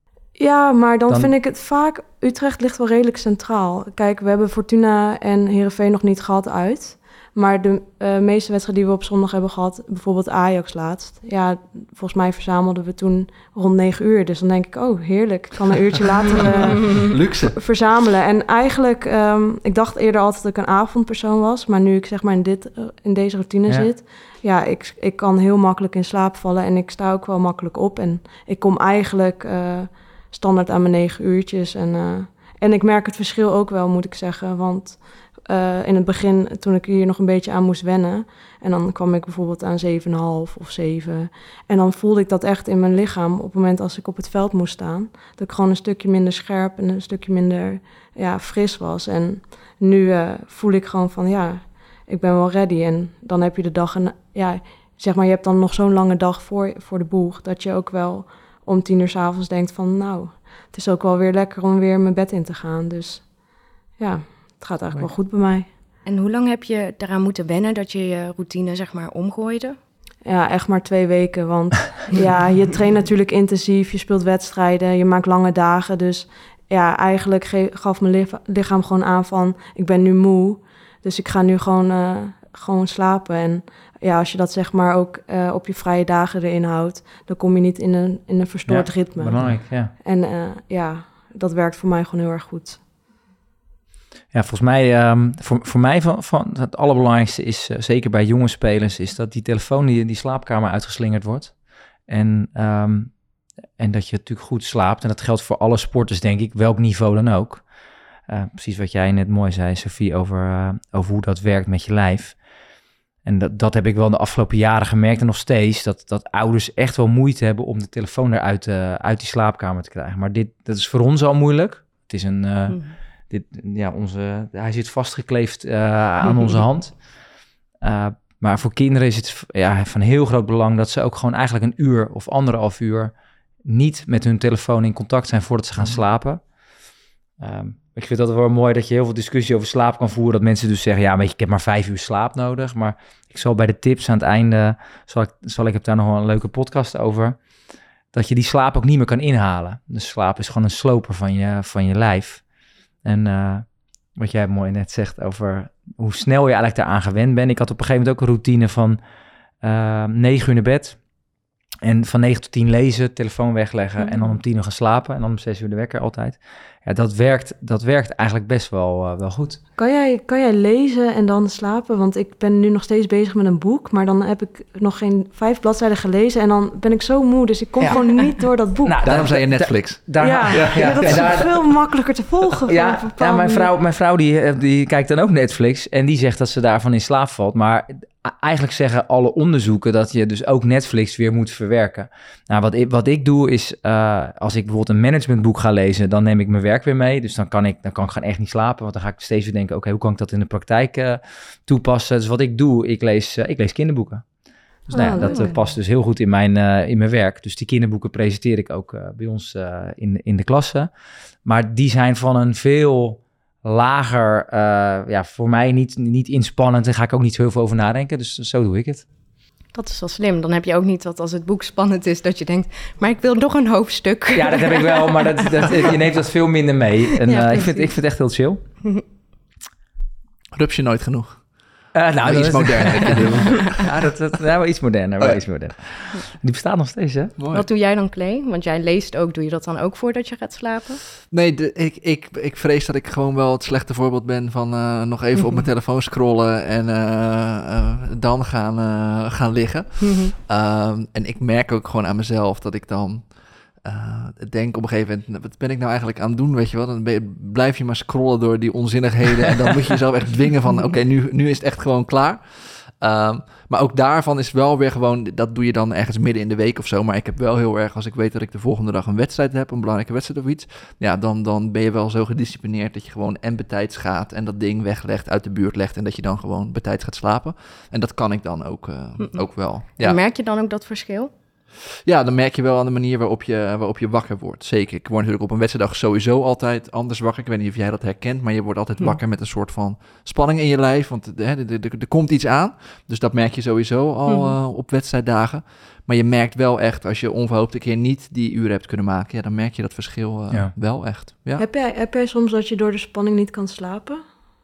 Ja, maar dan, dan vind ik het vaak... Utrecht ligt wel redelijk centraal. Kijk, we hebben Fortuna en Heerenveen nog niet gehad uit. Maar de uh, meeste wedstrijden die we op zondag hebben gehad... bijvoorbeeld Ajax laatst... ja, volgens mij verzamelden we toen rond negen uur. Dus dan denk ik, oh, heerlijk. Ik kan een uurtje later uh, Luxe. verzamelen. En eigenlijk, um, ik dacht eerder altijd dat ik een avondpersoon was... maar nu ik zeg maar in, dit, uh, in deze routine ja. zit... ja, ik, ik kan heel makkelijk in slaap vallen... en ik sta ook wel makkelijk op. En ik kom eigenlijk... Uh, standaard aan mijn negen uurtjes. En, uh, en ik merk het verschil ook wel, moet ik zeggen. Want uh, in het begin, toen ik hier nog een beetje aan moest wennen... en dan kwam ik bijvoorbeeld aan zeven komma vijf of zeven. En dan voelde ik dat echt in mijn lichaam... op het moment als ik op het veld moest staan... dat ik gewoon een stukje minder scherp en een stukje minder ja, fris was. En nu uh, voel ik gewoon van, ja, ik ben wel ready. En dan heb je de dag... En, ja, zeg maar, je hebt dan nog zo'n lange dag voor, voor de boeg... dat je ook wel... om tien uur 's avonds denkt van... nou, het is ook wel weer lekker om weer mijn bed in te gaan. Dus ja, het gaat eigenlijk Mooi. wel goed bij mij. En hoe lang heb je eraan moeten wennen... dat je je routine, zeg maar, omgooide? Ja, echt maar twee weken. Want ja, je traint natuurlijk intensief, je speelt wedstrijden, je maakt lange dagen. Dus ja, eigenlijk ge- gaf mijn licha- lichaam gewoon aan van, ik ben nu moe. Dus ik ga nu gewoon, uh, gewoon slapen. En ja, als je dat zeg maar ook uh, op je vrije dagen erin houdt, dan kom je niet in een, in een verstoord Ja, ritme. Belangrijk, ja. En uh, ja, dat werkt voor mij gewoon heel erg goed. Ja, volgens mij, um, voor, voor mij van, van het allerbelangrijkste is, uh, zeker bij jonge spelers, is dat die telefoon die in die slaapkamer uitgeslingerd wordt. En, um, en dat je natuurlijk goed slaapt. En dat geldt voor alle sporters, denk ik, welk niveau dan ook. Uh, precies wat jij net mooi zei, Sophie, over, uh, over hoe dat werkt met je lijf. En dat, dat heb ik wel de afgelopen jaren gemerkt en nog steeds, dat, dat ouders echt wel moeite hebben om de telefoon eruit uh, uit die slaapkamer te krijgen. Maar dit, dat is voor ons al moeilijk. Het is een... Uh, mm. Dit, ja, onze, hij zit vastgekleefd uh, aan onze hand. Uh, maar voor kinderen is het ja, van heel groot belang dat ze ook gewoon eigenlijk een uur of anderhalf uur niet met hun telefoon in contact zijn voordat ze gaan slapen. Um, ik vind dat wel mooi dat je heel veel discussie over slaap kan voeren. Dat mensen dus zeggen, ja, weet je, ik heb maar vijf uur slaap nodig. Maar ik zal bij de tips aan het einde, zal ik, zal ik heb daar nog wel een leuke podcast over, dat je die slaap ook niet meer kan inhalen. De slaap is gewoon een sloper van je, van je lijf. En uh, wat jij mooi net zegt over hoe snel je eigenlijk daaraan gewend bent. Ik had op een gegeven moment ook een routine van uh, negen uur naar bed. En van negen tot tien lezen, telefoon wegleggen mm-hmm. en dan om tien uur gaan slapen. En dan om zes uur de wekker altijd. Ja, dat werkt, dat werkt eigenlijk best wel, uh, wel goed. Kan jij, kan jij lezen en dan slapen? Want ik ben nu nog steeds bezig met een boek. Maar dan heb ik nog geen vijf bladzijden gelezen. En dan ben ik zo moe, dus ik kom ja. gewoon niet door dat boek. Nou, daarom zei je Netflix. Daar, ja, ja, ja. ja, dat is daar, veel makkelijker te volgen. Ja, ja mijn vrouw, mijn vrouw die, die kijkt dan ook Netflix. En die zegt dat ze daarvan in slaap valt. Maar eigenlijk zeggen alle onderzoeken dat je dus ook Netflix weer moet verwerken. Nou, wat ik, wat ik doe is, uh, als ik bijvoorbeeld een managementboek ga lezen, dan neem ik mijn werk weer mee. Dus dan kan ik, dan kan ik gewoon echt niet slapen, want dan ga ik steeds weer denken, oké, okay, hoe kan ik dat in de praktijk uh, toepassen? Dus wat ik doe, ik lees, uh, ik lees kinderboeken. Dus oh, nou ja, dat uh, past dus heel goed in mijn, uh, in mijn werk. Dus die kinderboeken presenteer ik ook uh, bij ons uh, in, in de klasse. Maar die zijn van een veel lager, uh, ja, voor mij niet, niet inspannend. Daar ga ik ook niet zo heel veel over nadenken. Dus zo doe ik het. Dat is wel slim. Dan heb je ook niet dat als het boek spannend is, dat je denkt, maar ik wil nog een hoofdstuk. Ja, dat heb ik wel, maar dat, dat, je neemt dat veel minder mee. En ja, uh, ik, vind, ik vind het echt heel chill. Rups je nooit genoeg? Uh, nou, iets moderner. ja, dat, dat, nou, wel iets moderner. Wel oh, ja. iets moderner. Die bestaat nog steeds, hè? Mooi. Wat doe jij dan, Clay? Want jij leest ook. Doe je dat dan ook voordat je gaat slapen? Nee, de, ik, ik, ik vrees dat ik gewoon wel het slechte voorbeeld ben van uh, nog even mm-hmm. op mijn telefoon scrollen en uh, uh, dan gaan, uh, gaan liggen. Mm-hmm. Um, en ik merk ook gewoon aan mezelf dat ik dan uh, denk op een gegeven moment, wat ben ik nou eigenlijk aan het doen, weet je wel? Dan je, blijf je maar scrollen door die onzinnigheden en dan moet je jezelf echt dwingen van, oké, okay, nu, nu is het echt gewoon klaar. Um, maar ook daarvan is wel weer gewoon, dat doe je dan ergens midden in de week of zo. Maar ik heb wel heel erg, als ik weet dat ik de volgende dag een wedstrijd heb, een belangrijke wedstrijd of iets, ja, dan, dan ben je wel zo gedisciplineerd dat je gewoon en betijds gaat en dat ding weglegt, uit de buurt legt en dat je dan gewoon betijds gaat slapen. En dat kan ik dan ook, uh, ook wel. Ja. En merk je dan ook dat verschil? Ja, dan merk je wel aan de manier waarop je, waarop je wakker wordt. Zeker. Ik word natuurlijk op een wedstrijddag sowieso altijd anders wakker. Ik weet niet of jij dat herkent, maar je wordt altijd ja. wakker met een soort van spanning in je lijf. Want er komt iets aan. Dus dat merk je sowieso al uh, op wedstrijddagen. Maar je merkt wel echt, als je onverhoopt een keer niet die uren hebt kunnen maken, ja, dan merk je dat verschil uh, ja. wel echt. Ja. Heb jij, heb jij soms dat je door de spanning niet kan slapen?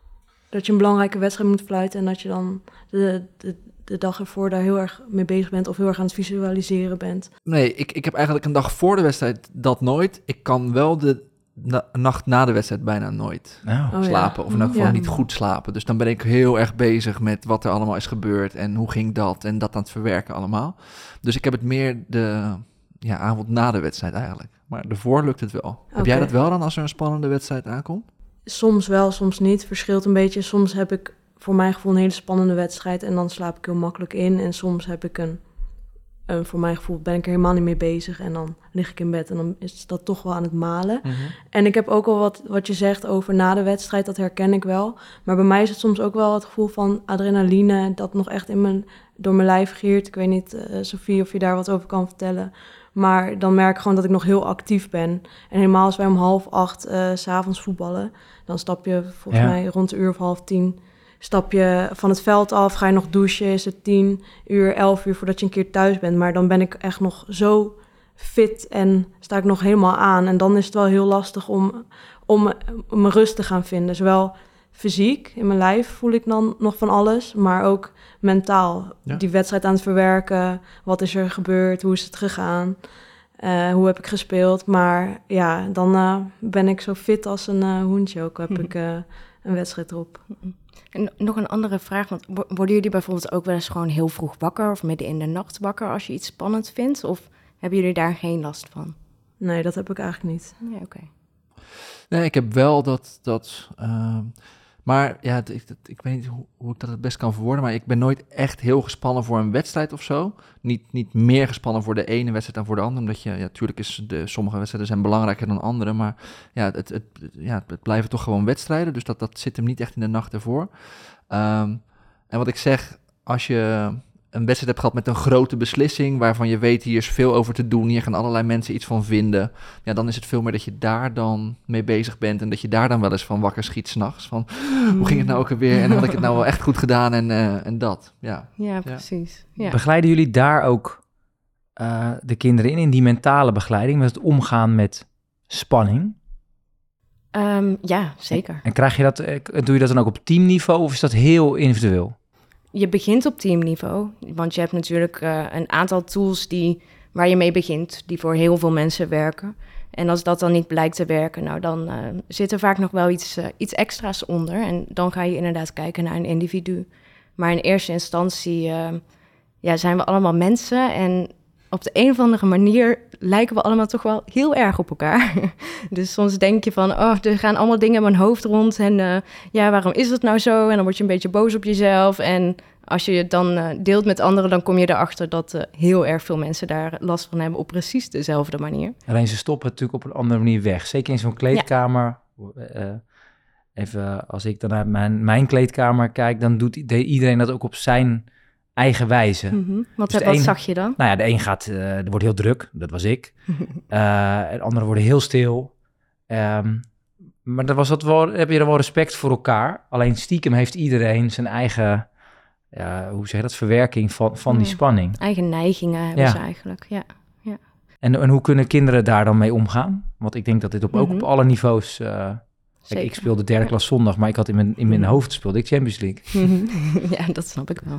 Dat je een belangrijke wedstrijd moet fluiten en dat je dan de, de, de dag ervoor daar heel erg mee bezig bent of heel erg aan het visualiseren bent? Nee, ik, ik heb eigenlijk een dag voor de wedstrijd dat nooit. Ik kan wel de na, nacht na de wedstrijd bijna nooit oh. slapen. Oh, ja. Of in elk geval ja. niet goed slapen. Dus dan ben ik heel erg bezig met wat er allemaal is gebeurd en hoe ging dat en dat aan het verwerken allemaal. Dus ik heb het meer de ja, avond na de wedstrijd eigenlijk. Maar daarvoor lukt het wel. Okay. Heb jij dat wel dan als er een spannende wedstrijd aankomt? Soms wel, soms niet. Verschilt een beetje. Soms heb ik voor mijn gevoel een hele spannende wedstrijd en dan slaap ik heel makkelijk in. En soms heb ik een, een voor mijn gevoel ben ik er helemaal niet mee bezig en dan lig ik in bed en dan is dat toch wel aan het malen. Mm-hmm. En ik heb ook al wat, wat je zegt over na de wedstrijd, dat herken ik wel. Maar bij mij is het soms ook wel het gevoel van adrenaline dat nog echt in mijn, door mijn lijf giert. Ik weet niet, uh, Sophie, of je daar wat over kan vertellen. Maar dan merk ik gewoon dat ik nog heel actief ben. En helemaal als wij om half acht uh, 's avonds voetballen, dan stap je volgens ja. mij rond de uur of half tien stap je van het veld af, ga je nog douchen, is het tien uur, elf uur voordat je een keer thuis bent. Maar dan ben ik echt nog zo fit en sta ik nog helemaal aan. En dan is het wel heel lastig om, om, om mijn rust te gaan vinden. Zowel fysiek, in mijn lijf voel ik dan nog van alles, maar ook mentaal. Ja. Die wedstrijd aan het verwerken, wat is er gebeurd, hoe is het gegaan, uh, hoe heb ik gespeeld. Maar ja, dan uh, ben ik zo fit als een uh, hoentje ook, heb mm-hmm. ik uh, een wedstrijd erop. En nog een andere vraag, want worden jullie bijvoorbeeld ook wel eens gewoon heel vroeg wakker of midden in de nacht wakker als je iets spannend vindt? Of hebben jullie daar geen last van? Nee, dat heb ik eigenlijk niet. Ja, oké. Okay. Nee, ik heb wel dat... dat uh, maar ja, het, ik, het, ik weet niet hoe, hoe ik dat het best kan verwoorden, maar ik ben nooit echt heel gespannen voor een wedstrijd of zo. Niet, niet meer gespannen voor de ene wedstrijd dan voor de andere, omdat je, ja, natuurlijk is de, sommige wedstrijden zijn belangrijker dan andere, maar ja, het, het, ja, het blijven toch gewoon wedstrijden, dus dat, dat zit hem niet echt in de nacht ervoor. Um, en wat ik zeg, als je een wedstrijd hebt gehad met een grote beslissing, waarvan je weet, hier is veel over te doen, hier gaan allerlei mensen iets van vinden, ja, dan is het veel meer dat je daar dan mee bezig bent en dat je daar dan wel eens van wakker schiet 's nachts, van hoe ging het nou ook alweer en had ik het nou wel echt goed gedaan en, uh, en dat. Ja, ja precies. Ja. Begeleiden jullie daar ook uh, de kinderen in, in die mentale begeleiding, met het omgaan met spanning? Um, ja, zeker. En, en krijg je dat, doe je dat dan ook op teamniveau of is dat heel individueel? Je begint op teamniveau, want je hebt natuurlijk uh, een aantal tools die, waar je mee begint, die voor heel veel mensen werken. En als dat dan niet blijkt te werken, nou dan uh, zit er vaak nog wel iets, uh, iets extra's onder. En dan ga je inderdaad kijken naar een individu. Maar in eerste instantie uh, ja, zijn we allemaal mensen en op de een of andere manier lijken we allemaal toch wel heel erg op elkaar. Dus soms denk je van, oh, er gaan allemaal dingen in mijn hoofd rond. En uh, ja, waarom is het nou zo? En dan word je een beetje boos op jezelf. En als je het dan uh, deelt met anderen, dan kom je erachter dat uh, heel erg veel mensen daar last van hebben op precies dezelfde manier. Alleen ze stoppen natuurlijk op een andere manier weg. Zeker in zo'n kleedkamer. Ja. Uh, even als ik dan naar mijn, mijn kleedkamer kijk, dan doet iedereen dat ook op zijn eigen wijze. Mm-hmm. Wat, dus wat een, zag je dan? Nou ja, de een gaat, uh, er wordt heel druk, dat was ik. uh, en anderen worden heel stil. Um, maar er was dat wel, heb je er wel respect voor elkaar. Alleen stiekem heeft iedereen zijn eigen, ja, hoe zeg je dat, verwerking van, van die ja. spanning. Eigen neigingen hebben ja. ze eigenlijk, ja. ja. En, en hoe kunnen kinderen daar dan mee omgaan? Want ik denk dat dit op, mm-hmm. ook op alle niveaus... Uh, Kijk, ik speelde derde klas zondag, maar ik had in mijn, in mijn hoofd speelde ik Champions League. Ja, dat snap ik wel.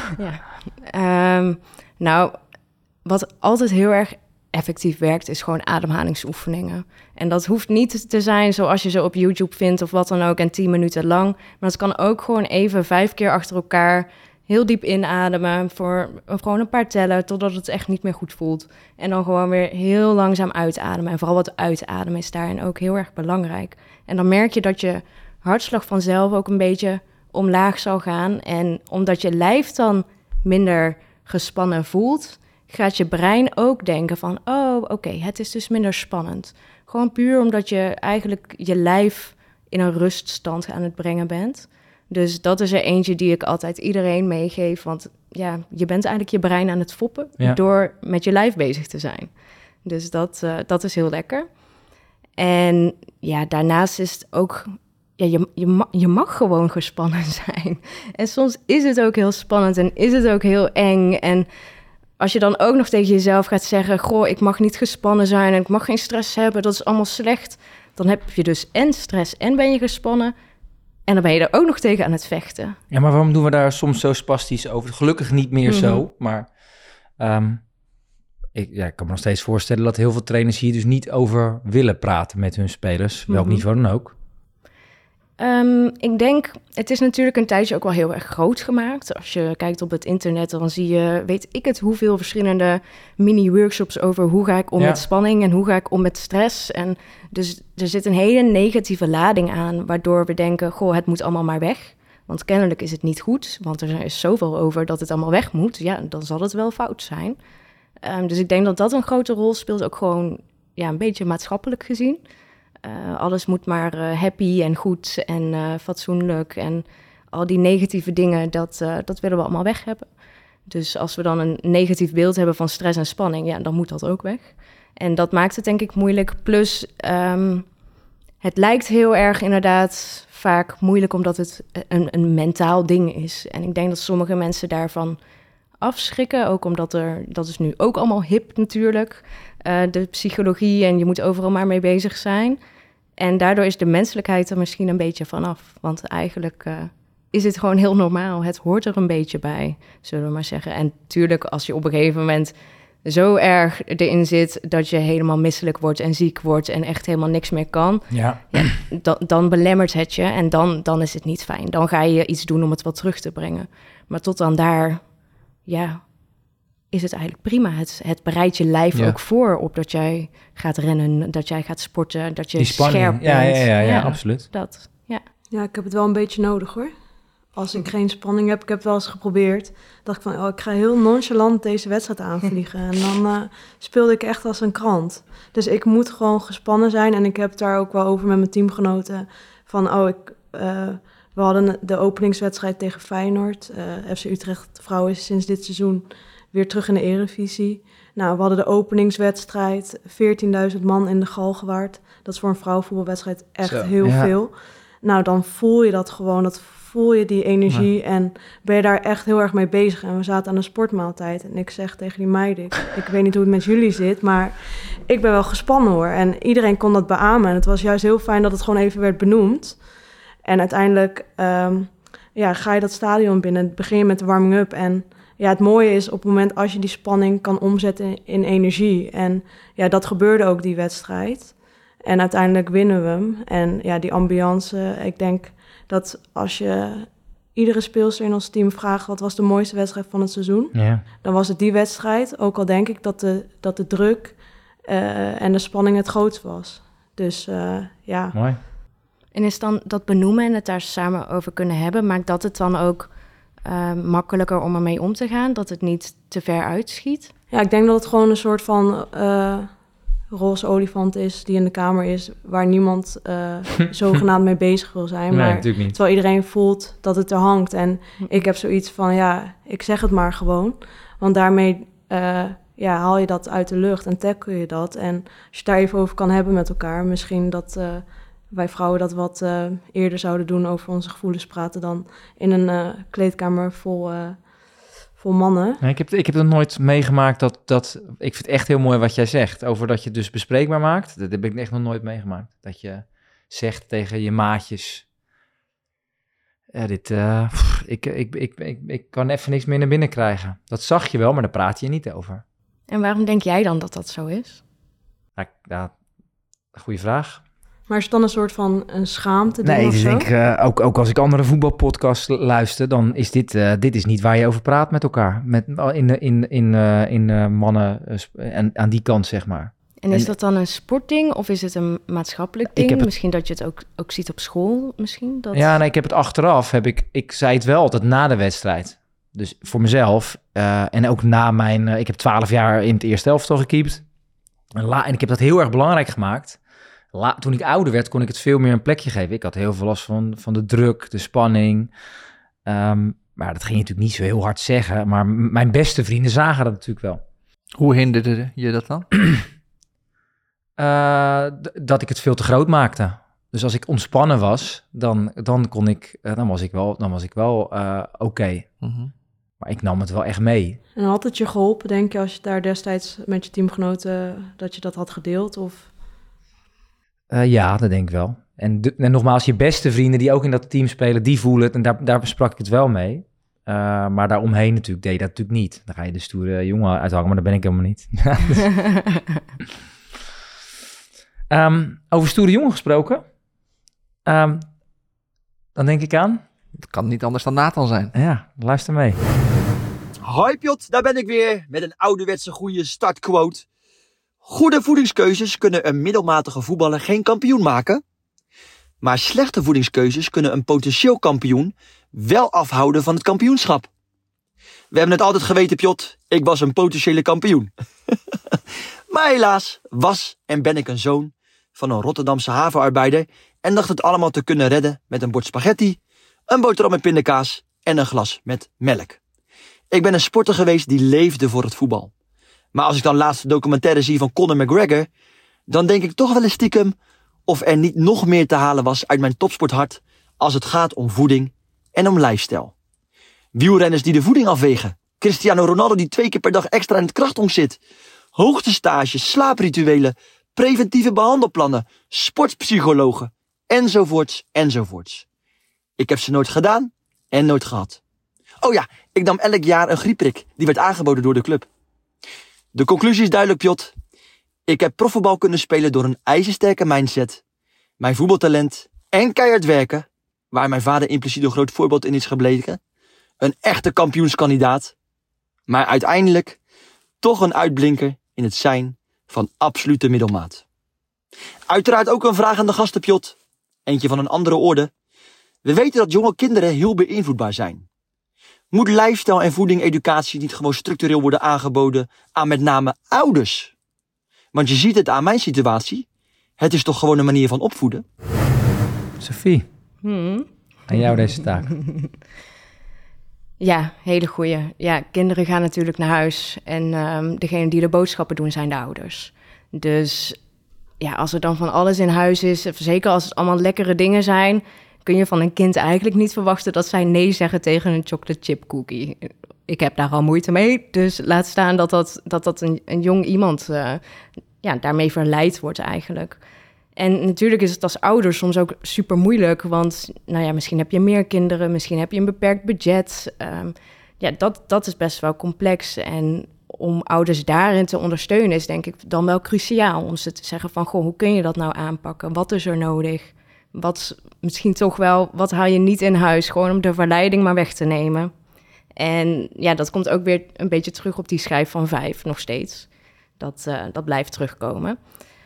Ja. Um, nou, wat altijd heel erg effectief werkt, is gewoon ademhalingsoefeningen. En dat hoeft niet te zijn zoals je ze op YouTube vindt of wat dan ook en tien minuten lang. Maar het kan ook gewoon even vijf keer achter elkaar heel diep inademen voor gewoon een paar tellen totdat het echt niet meer goed voelt. En dan gewoon weer heel langzaam uitademen. En vooral wat uitademen is daarin ook heel erg belangrijk. En dan merk je dat je hartslag vanzelf ook een beetje omlaag zal gaan. En omdat je lijf dan minder gespannen voelt, gaat je brein ook denken van, oh, oké, okay, het is dus minder spannend. Gewoon puur omdat je eigenlijk je lijf in een ruststand aan het brengen bent. Dus dat is er eentje die ik altijd iedereen meegeef. Want ja, je bent eigenlijk je brein aan het foppen ja. door met je lijf bezig te zijn. Dus dat, uh, dat is heel lekker. En ja, daarnaast is het ook, ja, je, je, ma- je mag gewoon gespannen zijn. En soms is het ook heel spannend en is het ook heel eng. En als je dan ook nog tegen jezelf gaat zeggen, goh, ik mag niet gespannen zijn en ik mag geen stress hebben, dat is allemaal slecht. Dan heb je dus en stress en ben je gespannen. En dan ben je er ook nog tegen aan het vechten. Ja, maar waarom doen we daar soms zo spastisch over? Gelukkig niet meer mm-hmm. zo, maar um, ik, ja, ik kan me nog steeds voorstellen dat heel veel trainers hier dus niet over willen praten met hun spelers, welk mm-hmm. niveau dan ook. Um, ik denk, het is natuurlijk een tijdje ook wel heel erg groot gemaakt. Als je kijkt op het internet, dan zie je, weet ik het, hoeveel verschillende mini-workshops over hoe ga ik om ja. met spanning en hoe ga ik om met stress. En dus er zit een hele negatieve lading aan, waardoor we denken, goh, het moet allemaal maar weg. Want kennelijk is het niet goed, want er is zoveel over dat het allemaal weg moet. Ja, dan zal het wel fout zijn. Um, dus ik denk dat dat een grote rol speelt, ook gewoon ja, een beetje maatschappelijk gezien. Uh, alles moet maar uh, happy en goed en uh, fatsoenlijk en al die negatieve dingen, dat, uh, dat willen we allemaal weg hebben. Dus als we dan een negatief beeld hebben van stress en spanning, ja, dan moet dat ook weg. En dat maakt het denk ik moeilijk. Plus, um, het lijkt heel erg inderdaad vaak moeilijk omdat het een, een mentaal ding is. En ik denk dat sommige mensen daarvan afschrikken. Ook omdat er, dat is nu ook allemaal hip natuurlijk, uh, de psychologie en je moet overal maar mee bezig zijn. En daardoor is de menselijkheid er misschien een beetje vanaf. Want eigenlijk uh, is het gewoon heel normaal. Het hoort er een beetje bij, zullen we maar zeggen. En natuurlijk, als je op een gegeven moment zo erg erin zit dat je helemaal misselijk wordt en ziek wordt en echt helemaal niks meer kan, Ja. ja, dan, dan belemmert het je en dan, dan is het niet fijn. Dan ga je iets doen om het wat terug te brengen. Maar tot dan daar, ja, is het eigenlijk prima. Het, het bereidt je lijf Ja. ook voor op dat jij gaat rennen, dat jij gaat sporten, dat je Die spanning. scherp bent. Ja, ja, ja, ja, absoluut. Dat, ja. Ja, ik heb het wel een beetje nodig hoor. Als ik geen spanning heb, ik heb het wel eens geprobeerd. Dacht ik van, oh, ik ga heel nonchalant deze wedstrijd aanvliegen. En dan uh, speelde ik echt als een krant. Dus ik moet gewoon gespannen zijn. En ik heb het daar ook wel over met mijn teamgenoten. Van, oh, ik, uh, we hadden de openingswedstrijd tegen Feyenoord. Uh, F C Utrecht vrouwen is sinds dit seizoen weer terug in de Eredivisie. Nou, we hadden de openingswedstrijd. veertienduizend man in de Galgenwaard. Dat is voor een vrouwenvoetbalwedstrijd echt Zo, heel ja. veel. Nou, dan voel je dat gewoon. Dat voel je die energie Ja. en ben je daar echt heel erg mee bezig. En we zaten aan een sportmaaltijd en ik zeg tegen die meiden, ik, ik weet niet hoe het met jullie zit, maar ik ben wel gespannen hoor. En iedereen kon dat beamen en het was juist heel fijn dat het gewoon even werd benoemd. En uiteindelijk um, ja, ga je dat stadion binnen, begin je met de warming-up en ja, het mooie is op het moment als je die spanning kan omzetten in, in energie. En ja, dat gebeurde ook die wedstrijd. En uiteindelijk winnen we hem. En ja, die ambiance, ik denk dat als je iedere speelster in ons team vraagt wat was de mooiste wedstrijd van het seizoen, Ja. dan was het die wedstrijd. Ook al denk ik dat de, dat de druk uh, en de spanning het grootst was. Dus uh, ja. Mooi. En is dan dat benoemen en het daar samen over kunnen hebben, maakt dat het dan ook uh, makkelijker om ermee om te gaan? Dat het niet te ver uitschiet? Ja, ik denk dat het gewoon een soort van uh, roze olifant is die in de kamer is, waar niemand uh, zogenaamd mee bezig wil zijn. Nee, maar natuurlijk niet. terwijl iedereen voelt dat het er hangt. En ik heb zoiets van, ja, ik zeg het maar gewoon. Want daarmee uh, ja, haal je dat uit de lucht en tackle je dat. En als je het daar even over kan hebben met elkaar, misschien dat uh, wij vrouwen dat wat uh, eerder zouden doen, over onze gevoelens praten dan in een uh, kleedkamer vol... Uh, Vol mannen. Nee, ik heb, ik heb het nooit meegemaakt dat, dat... Ik vind het echt heel mooi wat jij zegt. Over dat je het dus bespreekbaar maakt. Dat heb ik echt nog nooit meegemaakt. Dat je zegt tegen je maatjes... Ja, dit... Uh, pff, ik, ik, ik, ik, ik kan even niks meer naar binnen krijgen. Dat zag je wel, maar daar praat je niet over. En waarom denk jij dan dat dat zo is? Nou, ja, goede vraag. Maar is het dan een soort van een schaamte ding Nee, of dus zo? ik, uh, ook, ook als ik andere voetbalpodcasts luister, dan is dit, uh, dit is niet waar je over praat met elkaar. Met, in in, in, uh, in uh, mannen uh, en aan die kant, zeg maar. En is En- dat dan een sportding of is het een maatschappelijk ding? Ik heb het- Misschien dat je het ook, ook ziet op school, misschien? Dat... Ja, nee, ik heb het achteraf. Heb ik, ik zei het wel altijd na de wedstrijd. Dus voor mezelf. uh, en ook na mijn... uh, ik heb twaalf jaar in het eerste elftal gekiept. En, la, en ik heb dat heel erg belangrijk gemaakt. La, toen ik ouder werd, kon ik het veel meer een plekje geven. Ik had heel veel last van, van de druk, de spanning. Um, maar dat ging je natuurlijk niet zo heel hard zeggen. Maar m- mijn beste vrienden zagen dat natuurlijk wel. Hoe hinderde je dat dan? Uh, d- dat ik het veel te groot maakte. Dus als ik ontspannen was, dan, dan, kon ik, uh, dan was ik wel, dan was ik wel uh, oké. Okay. Mhm. Maar ik nam het wel echt mee. En had het je geholpen, denk je, als je daar destijds met je teamgenoten, dat je dat had gedeeld? Of... Uh, ja, dat denk ik wel. En, de, en nogmaals, je beste vrienden die ook in dat team spelen, die voelen het. En daar, daar besprak ik het wel mee. Uh, maar daaromheen natuurlijk deed je dat natuurlijk niet. Dan ga je de stoere jongen uithangen, maar dat ben ik helemaal niet. um, over stoere jongen gesproken. Um, dan denk ik aan... Het kan niet anders dan Nathan zijn. Ja, luister mee. Hoi Piot, daar ben ik weer met een ouderwetse goede startquote. Goede voedingskeuzes kunnen een middelmatige voetballer geen kampioen maken. Maar slechte voedingskeuzes kunnen een potentieel kampioen wel afhouden van het kampioenschap. We hebben het altijd geweten, Piot. Ik was een potentiële kampioen. Maar helaas was en ben ik een zoon van een Rotterdamse havenarbeider en dacht het allemaal te kunnen redden met een bord spaghetti, een boterham met pindakaas en een glas met melk. Ik ben een sporter geweest die leefde voor het voetbal. Maar als ik dan laatst de documentaire zie van Conor McGregor, dan denk ik toch wel eens stiekem, of er niet nog meer te halen was uit mijn topsporthart als het gaat om voeding en om lifestyle. Wielrenners die de voeding afwegen. Cristiano Ronaldo die twee keer per dag extra in het krachthonk zit. Hoogtestages, slaaprituelen, preventieve behandelplannen, sportpsychologen, enzovoorts, enzovoorts. Ik heb ze nooit gedaan en nooit gehad. Oh ja, ik nam elk jaar een griepprik. Die werd aangeboden door de club. De conclusie is duidelijk, Pjot. Ik heb profvoetbal kunnen spelen door een ijzersterke mindset, mijn voetbaltalent en keihard werken, waar mijn vader impliciet een groot voorbeeld in is gebleken. Een echte kampioenskandidaat. Maar uiteindelijk toch een uitblinker in het zijn van absolute middelmaat. Uiteraard ook een vraag aan de gasten, Pjot. Eentje van een andere orde. We weten dat jonge kinderen heel beïnvloedbaar zijn. Moet lifestyle en voeding-educatie niet gewoon structureel worden aangeboden aan met name ouders? Want je ziet het aan mijn situatie. Het is toch gewoon een manier van opvoeden? Sophie, Hmm. aan jou deze taak. Ja, hele goeie. Ja, kinderen gaan natuurlijk naar huis en um, degene die de boodschappen doen zijn de ouders. Dus ja, als er dan van alles in huis is, zeker als het allemaal lekkere dingen zijn, kun je van een kind eigenlijk niet verwachten dat zij nee zeggen tegen een chocolate chip cookie. Ik heb daar al moeite mee, dus laat staan dat dat, dat, dat een, een jong iemand uh, ja, daarmee verleid wordt eigenlijk. En natuurlijk is het als ouder soms ook super moeilijk, want nou ja, misschien heb je meer kinderen, misschien heb je een beperkt budget. Um, ja, dat, dat is best wel complex. En om ouders daarin te ondersteunen is denk ik dan wel cruciaal. Om ze te zeggen van, goh, hoe kun je dat nou aanpakken? Wat is er nodig? Wat misschien toch wel, wat haal je niet in huis? Gewoon om de verleiding maar weg te nemen. En ja, dat komt ook weer een beetje terug op die schijf van vijf nog steeds. Dat, uh, dat blijft terugkomen.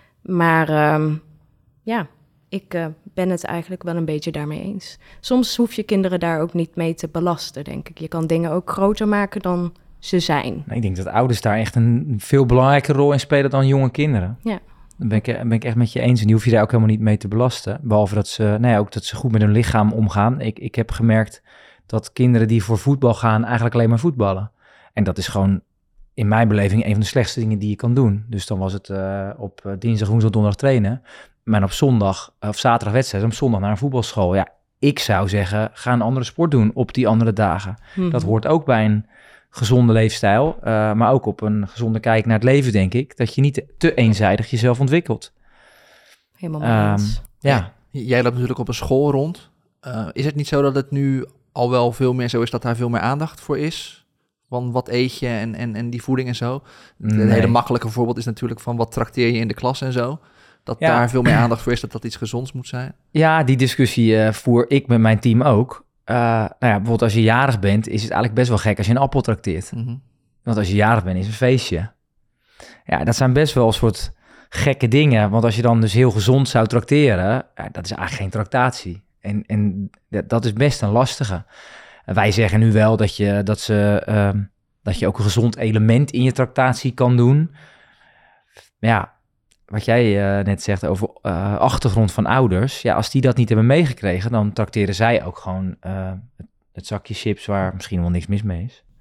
Maar um, ja, ik uh, ben het eigenlijk wel een beetje daarmee eens. Soms hoef je kinderen daar ook niet mee te belasten, denk ik. Je kan dingen ook groter maken dan ze zijn. Ik denk dat ouders daar echt een veel belangrijke rol in spelen dan jonge kinderen. Ja. Dan ben ik, ben ik echt met je eens. En die hoef je daar ook helemaal niet mee te belasten. Behalve dat ze, nou ja, ook dat ze goed met hun lichaam omgaan. Ik, ik heb gemerkt dat kinderen die voor voetbal gaan eigenlijk alleen maar voetballen. En dat is gewoon in mijn beleving een van de slechtste dingen die je kan doen. Dus dan was het uh, op dinsdag, woensdag, donderdag trainen. Maar op zondag of zaterdag wedstrijd, op zondag naar een voetbalschool. Ja, ik zou zeggen, ga een andere sport doen op die andere dagen. Mm-hmm. Dat hoort ook bij een gezonde leefstijl, uh, maar ook op een gezonde kijk naar het leven, denk ik. Dat je niet te eenzijdig jezelf ontwikkelt. Helemaal um, ja. Jij loopt natuurlijk op een school rond. Uh, is het niet zo dat het nu al wel veel meer zo is dat daar veel meer aandacht voor is? Van wat eet je en, en, en die voeding en zo? Nee. Een hele makkelijke voorbeeld is natuurlijk van wat trakteer je in de klas en zo. Dat ja. daar veel meer aandacht voor is, dat dat iets gezonds moet zijn. Ja, die discussie uh, voer ik met mijn team ook. Uh, nou ja, bijvoorbeeld als je jarig bent, is het eigenlijk best wel gek als je een appel trakteert. Mm-hmm. Want als je jarig bent, is het een feestje. Ja, dat zijn best wel een soort gekke dingen. Want als je dan dus heel gezond zou trakteren, ja, dat is eigenlijk geen tractatie. En, en dat is best een lastige. En wij zeggen nu wel dat je, dat, ze, uh, dat je ook een gezond element in je tractatie kan doen. Ja, wat jij uh, net zegt over uh, achtergrond van ouders. Ja, als die dat niet hebben meegekregen, dan trakteren zij ook gewoon uh, het, het zakje chips waar misschien wel niks mis mee is.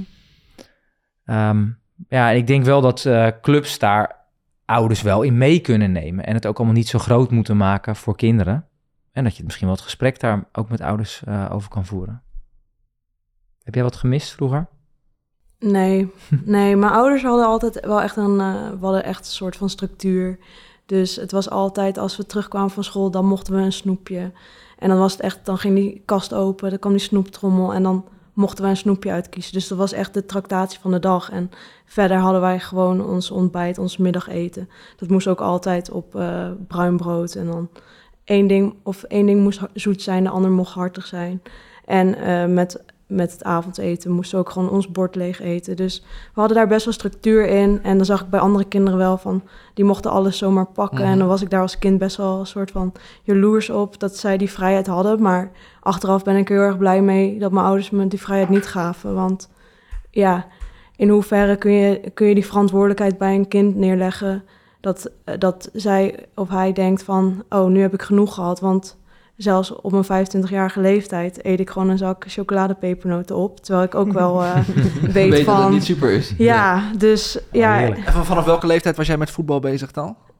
Um, ja, en ik denk wel dat uh, clubs daar ouders wel in mee kunnen nemen. En het ook allemaal niet zo groot moeten maken voor kinderen. En dat je misschien wel het gesprek daar ook met ouders uh, over kan voeren. Heb jij wat gemist vroeger? Nee, nee, mijn ouders hadden altijd wel echt een, uh, we hadden echt een soort van structuur. Dus het was altijd, als we terugkwamen van school, dan mochten we een snoepje. En dan was het echt, dan ging die kast open, dan kwam die snoeptrommel en dan mochten wij een snoepje uitkiezen. Dus dat was echt de tractatie van de dag. En verder hadden wij gewoon ons ontbijt, ons middageten. Dat moest ook altijd op uh, bruin brood. En dan één ding, of één ding moest zoet zijn, de ander mocht hartig zijn. En uh, met... met het avondeten moesten we ook gewoon ons bord leeg eten. Dus we hadden daar best wel structuur in. En dan zag ik bij andere kinderen wel van, die mochten alles zomaar pakken. Mm. En dan was ik daar als kind best wel een soort van jaloers op dat zij die vrijheid hadden. Maar achteraf ben ik er heel erg blij mee dat mijn ouders me die vrijheid niet gaven. Want ja, in hoeverre kun je, kun je die verantwoordelijkheid bij een kind neerleggen dat, dat zij of hij denkt van, oh, nu heb ik genoeg gehad, want zelfs op mijn vijfentwintigjarige leeftijd eet ik gewoon een zak chocoladepepernoten op. Terwijl ik ook wel uh, weet, weet van... dat het niet super is. Ja, dus... Oh, ja. En vanaf welke leeftijd was jij met voetbal bezig dan?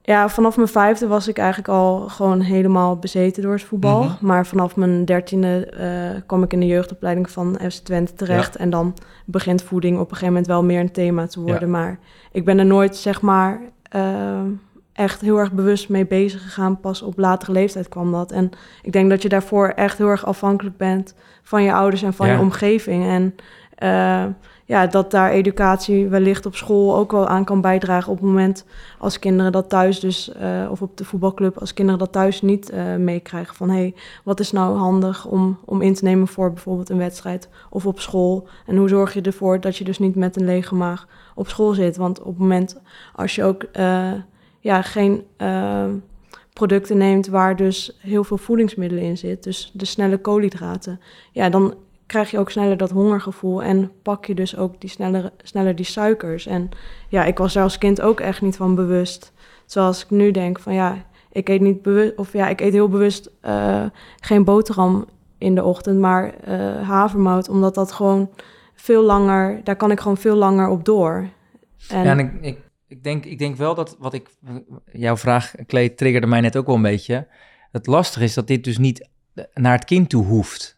Ja, vanaf mijn vijfde was ik eigenlijk al gewoon helemaal bezeten door het voetbal. Mm-hmm. Maar vanaf mijn dertiende uh, kwam ik in de jeugdopleiding van F C Twente terecht. Ja. En dan begint voeding op een gegeven moment wel meer een thema te worden. Ja. Maar ik ben er nooit, zeg maar, uh, echt heel erg bewust mee bezig gegaan. Pas op latere leeftijd kwam dat. En ik denk dat je daarvoor echt heel erg afhankelijk bent van je ouders en van ja. je omgeving. En uh, ja, dat daar educatie wellicht op school ook wel aan kan bijdragen op het moment als kinderen dat thuis dus, uh, of op de voetbalclub, als kinderen dat thuis niet uh, meekrijgen van hé, hey, wat is nou handig om, om in te nemen voor bijvoorbeeld een wedstrijd of op school? En hoe zorg je ervoor dat je dus niet met een lege maag op school zit? Want op het moment als je ook uh, ja, geen uh, producten neemt waar dus heel veel voedingsmiddelen in zit, dus de snelle koolhydraten, ja, dan krijg je ook sneller dat hongergevoel en pak je dus ook die sneller, sneller die suikers. En ja, ik was daar als kind ook echt niet van bewust. Zoals ik nu denk van ja, ik eet niet bewust, of ja, ik eet heel bewust uh, geen boterham in de ochtend, maar uh, havermout, omdat dat gewoon veel langer, daar kan ik gewoon veel langer op door. En ja, en ik, ik, ik, denk, ik denk wel dat wat ik, jouw vraag, Klee, triggerde mij net ook wel een beetje. Het lastige is dat dit dus niet naar het kind toe hoeft.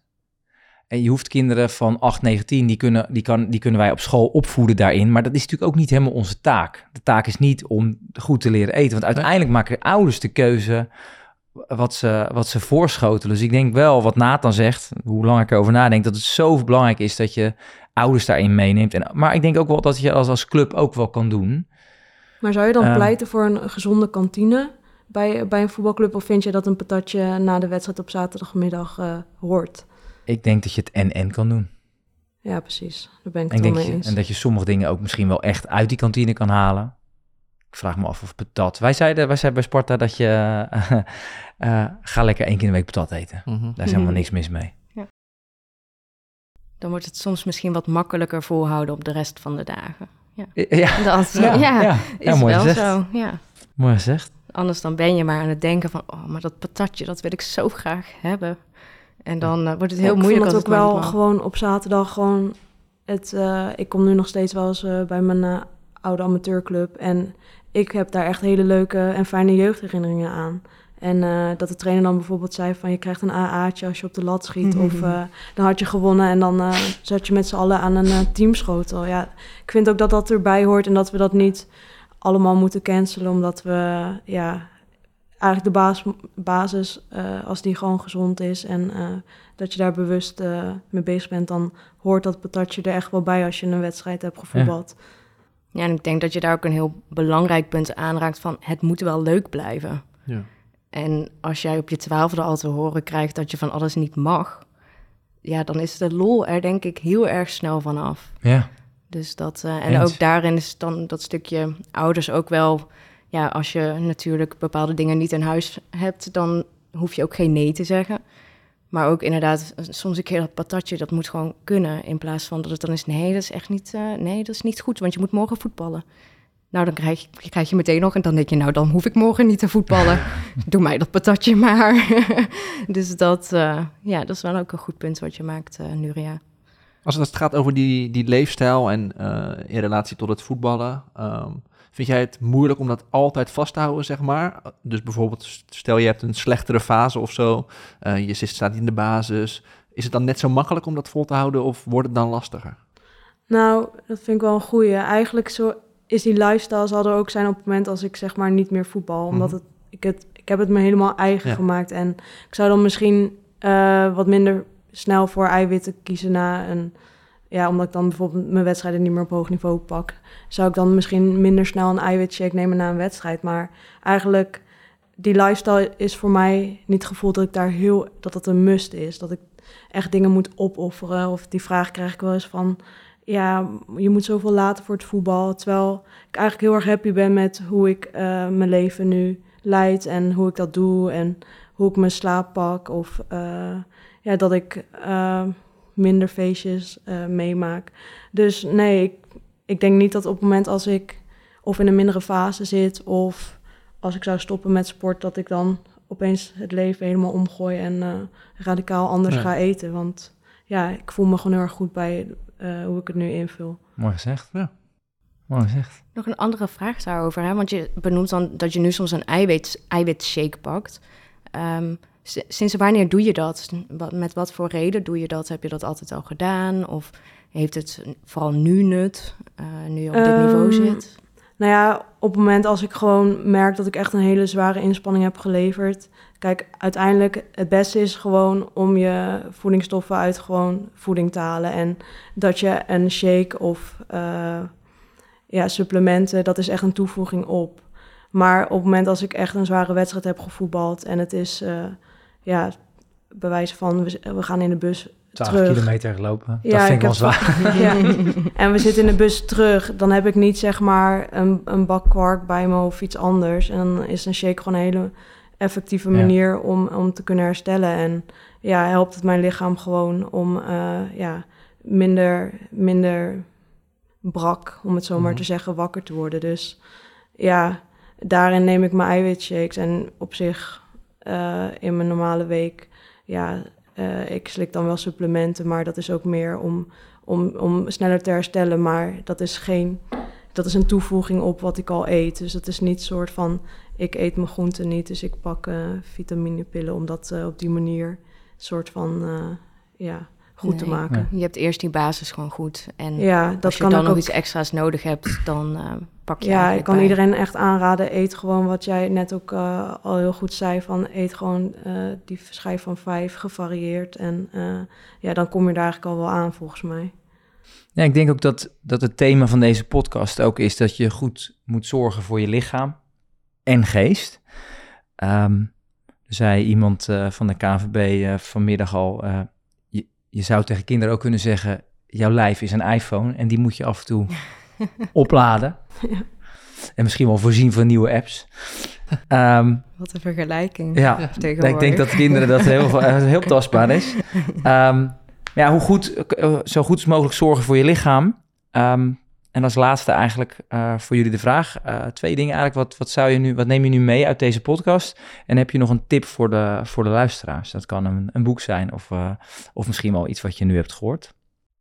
En je hoeft kinderen van acht, negen, tien, die kunnen, die, kan, die kunnen wij op school opvoeden daarin. Maar dat is natuurlijk ook niet helemaal onze taak. De taak is niet om goed te leren eten. Want uiteindelijk maken ouders de keuze wat ze, wat ze voorschotelen. Dus ik denk wel, wat Nathan zegt, hoe lang ik erover nadenk, dat het zo belangrijk is dat je ouders daarin meeneemt. En, maar ik denk ook wel dat je als, als club ook wel kan doen. Maar zou je dan um, pleiten voor een gezonde kantine bij, bij een voetbalclub? Of vind je dat een patatje na de wedstrijd op zaterdagmiddag uh, hoort? Ik denk dat je het en-en kan doen. Ja, precies. Daar ben ik het wel mee eens. En dat je sommige dingen ook misschien wel echt uit die kantine kan halen. Ik vraag me af of patat... Wij zeiden, wij zeiden bij Sparta dat je... Uh, uh, ga lekker één keer in de week patat eten. Mm-hmm. Daar is helemaal niks mis mee. Ja. Dan wordt het soms misschien wat makkelijker volhouden op de rest van de dagen. Ja, ja. Dat ja, ja, ja. is ja, mooi wel gezegd. Zo. Ja. Mooi gezegd. Anders dan ben je maar aan het denken van... oh, maar dat patatje, dat wil ik zo graag hebben... En dan uh, wordt het heel ja, moeilijk. Ik vond het ook het wel gewoon op zaterdag gewoon het... Uh, ik kom nu nog steeds wel eens uh, bij mijn uh, oude amateurclub. En ik heb daar echt hele leuke en fijne jeugdherinneringen aan. En uh, dat de trainer dan bijvoorbeeld zei van... je krijgt een A A'tje als je op de lat schiet. Mm-hmm. Of uh, dan had je gewonnen en dan uh, zat je met z'n allen aan een uh, teamschotel. Ja, ik vind ook dat dat erbij hoort en dat we dat niet allemaal moeten cancelen. Omdat we... ja. Eigenlijk de basis, basis uh, als die gewoon gezond is en uh, dat je daar bewust uh, mee bezig bent, dan hoort dat patatje er echt wel bij als je een wedstrijd hebt gevoetbald. Ja, ja en ik denk dat je daar ook een heel belangrijk punt aanraakt van het moet wel leuk blijven. Ja. En als jij op je twaalfde al te horen krijgt dat je van alles niet mag, ja, dan is de lol er denk ik heel erg snel vanaf. Ja. Dus dat, uh, en Eens. Ook daarin is dan dat stukje ouders ook wel... Ja, als je natuurlijk bepaalde dingen niet in huis hebt, dan hoef je ook geen nee te zeggen. Maar ook inderdaad, soms een keer dat patatje, dat moet gewoon kunnen. In plaats van dat het dan is, nee, dat is echt niet, uh, nee, dat is niet goed, want je moet morgen voetballen. Nou, dan krijg je, krijg je meteen nog en dan denk je, nou, dan hoef ik morgen niet te voetballen. Doe mij dat patatje maar. Dus dat, uh, ja, dat is wel ook een goed punt wat je maakt, uh, Nuria. Als het gaat over die, die leefstijl en uh, in relatie tot het voetballen... Um... Vind jij het moeilijk om dat altijd vast te houden, zeg maar? Dus bijvoorbeeld, stel je hebt een slechtere fase of zo, uh, je staat in de basis. Is het dan net zo makkelijk om dat vol te houden of wordt het dan lastiger? Nou, dat vind ik wel een goeie. Eigenlijk zo is die lifestyle zal er ook zijn op het moment als ik zeg maar niet meer voetbal. Omdat het, ik, het, ik heb het me helemaal eigen ja. gemaakt. En ik zou dan misschien uh, wat minder snel voor eiwitten kiezen na een... Ja, omdat ik dan bijvoorbeeld mijn wedstrijden niet meer op hoog niveau pak... zou ik dan misschien minder snel een eiwitshake nemen na een wedstrijd. Maar eigenlijk, die lifestyle is voor mij niet het gevoel dat ik daar heel... dat dat een must is, dat ik echt dingen moet opofferen. Of die vraag krijg ik wel eens van... ja, je moet zoveel laten voor het voetbal. Terwijl ik eigenlijk heel erg happy ben met hoe ik uh, mijn leven nu leid... en hoe ik dat doe en hoe ik mijn slaap pak. Of uh, ja, dat ik... Uh, minder feestjes uh, meemaak. Dus nee, ik, ik denk niet dat op het moment als ik of in een mindere fase zit... of als ik zou stoppen met sport... dat ik dan opeens het leven helemaal omgooi... en uh, radicaal anders nee. ga eten. Want ja, ik voel me gewoon heel erg goed bij uh, hoe ik het nu invul. Mooi gezegd. Ja. Mooi gezegd. Nog een andere vraag daarover, hè? Want je benoemt dan dat je nu soms een eiwit, eiwitshake pakt. Um, s- sinds wanneer doe je dat? Wat, met wat voor reden doe je dat? Heb je dat altijd al gedaan? Of heeft het vooral nu nut, uh, nu je op dit Um, niveau zit? Nou ja, op het moment als ik gewoon merk dat ik echt een hele zware inspanning heb geleverd. Kijk, uiteindelijk het beste is gewoon om je voedingsstoffen uit gewoon voeding te halen. En dat je een shake of uh, ja, supplementen, dat is echt een toevoeging op. Maar op het moment als ik echt een zware wedstrijd heb gevoetbald en het is, uh, ja, bij wijze van, we, we gaan in de bus twaalf terug. kilometer gelopen, Ja, dat vind ik wel heb zwaar. Ja. En we zitten in de bus terug, dan heb ik niet zeg maar een, een bak kwark bij me of iets anders. En dan is een shake gewoon een hele effectieve manier ja. om, om te kunnen herstellen. En ja, helpt het mijn lichaam gewoon om uh, ja, minder, minder brak, om het zo maar mm-hmm. te zeggen, wakker te worden. Dus ja, daarin neem ik mijn eiwitshakes. En op zich uh, in mijn normale week, ja, uh, ik slik dan wel supplementen, maar dat is ook meer om, om, om sneller te herstellen. Maar dat is geen, dat is een toevoeging op wat ik al eet. Dus dat is niet soort van, ik eet mijn groenten niet, dus ik pak uh, vitaminepillen om dat uh, op die manier soort van, uh, ja, goed nee, te maken. Je hebt eerst die basis gewoon goed. En ja, dat als je kan dan nog ook iets extra's nodig hebt, dan uh, pak je Ja, ik kan bij. iedereen echt aanraden, eet gewoon wat jij net ook uh, al heel goed zei, van eet gewoon uh, die schijf van vijf gevarieerd. En uh, ja, dan kom je daar eigenlijk al wel aan, volgens mij. Ja, ik denk ook dat, dat het thema van deze podcast ook is dat je goed moet zorgen voor je lichaam en geest. Um, er zei iemand uh, van de K N V B uh, vanmiddag al, uh, je, je zou tegen kinderen ook kunnen zeggen, jouw lijf is een iPhone en die moet je af en toe opladen. Ja. En misschien wel voorzien van nieuwe apps. Um, Wat een vergelijking. Ja, ik denk dat kinderen dat heel, heel tastbaar is. Um, ja, hoe goed, zo goed als mogelijk zorgen voor je lichaam. Um, en als laatste eigenlijk uh, voor jullie de vraag. Uh, twee dingen eigenlijk. Wat, wat, zou je nu, wat neem je nu mee uit deze podcast? En heb je nog een tip voor de, voor de luisteraars? Dat kan een, een boek zijn of, uh, of misschien wel iets wat je nu hebt gehoord.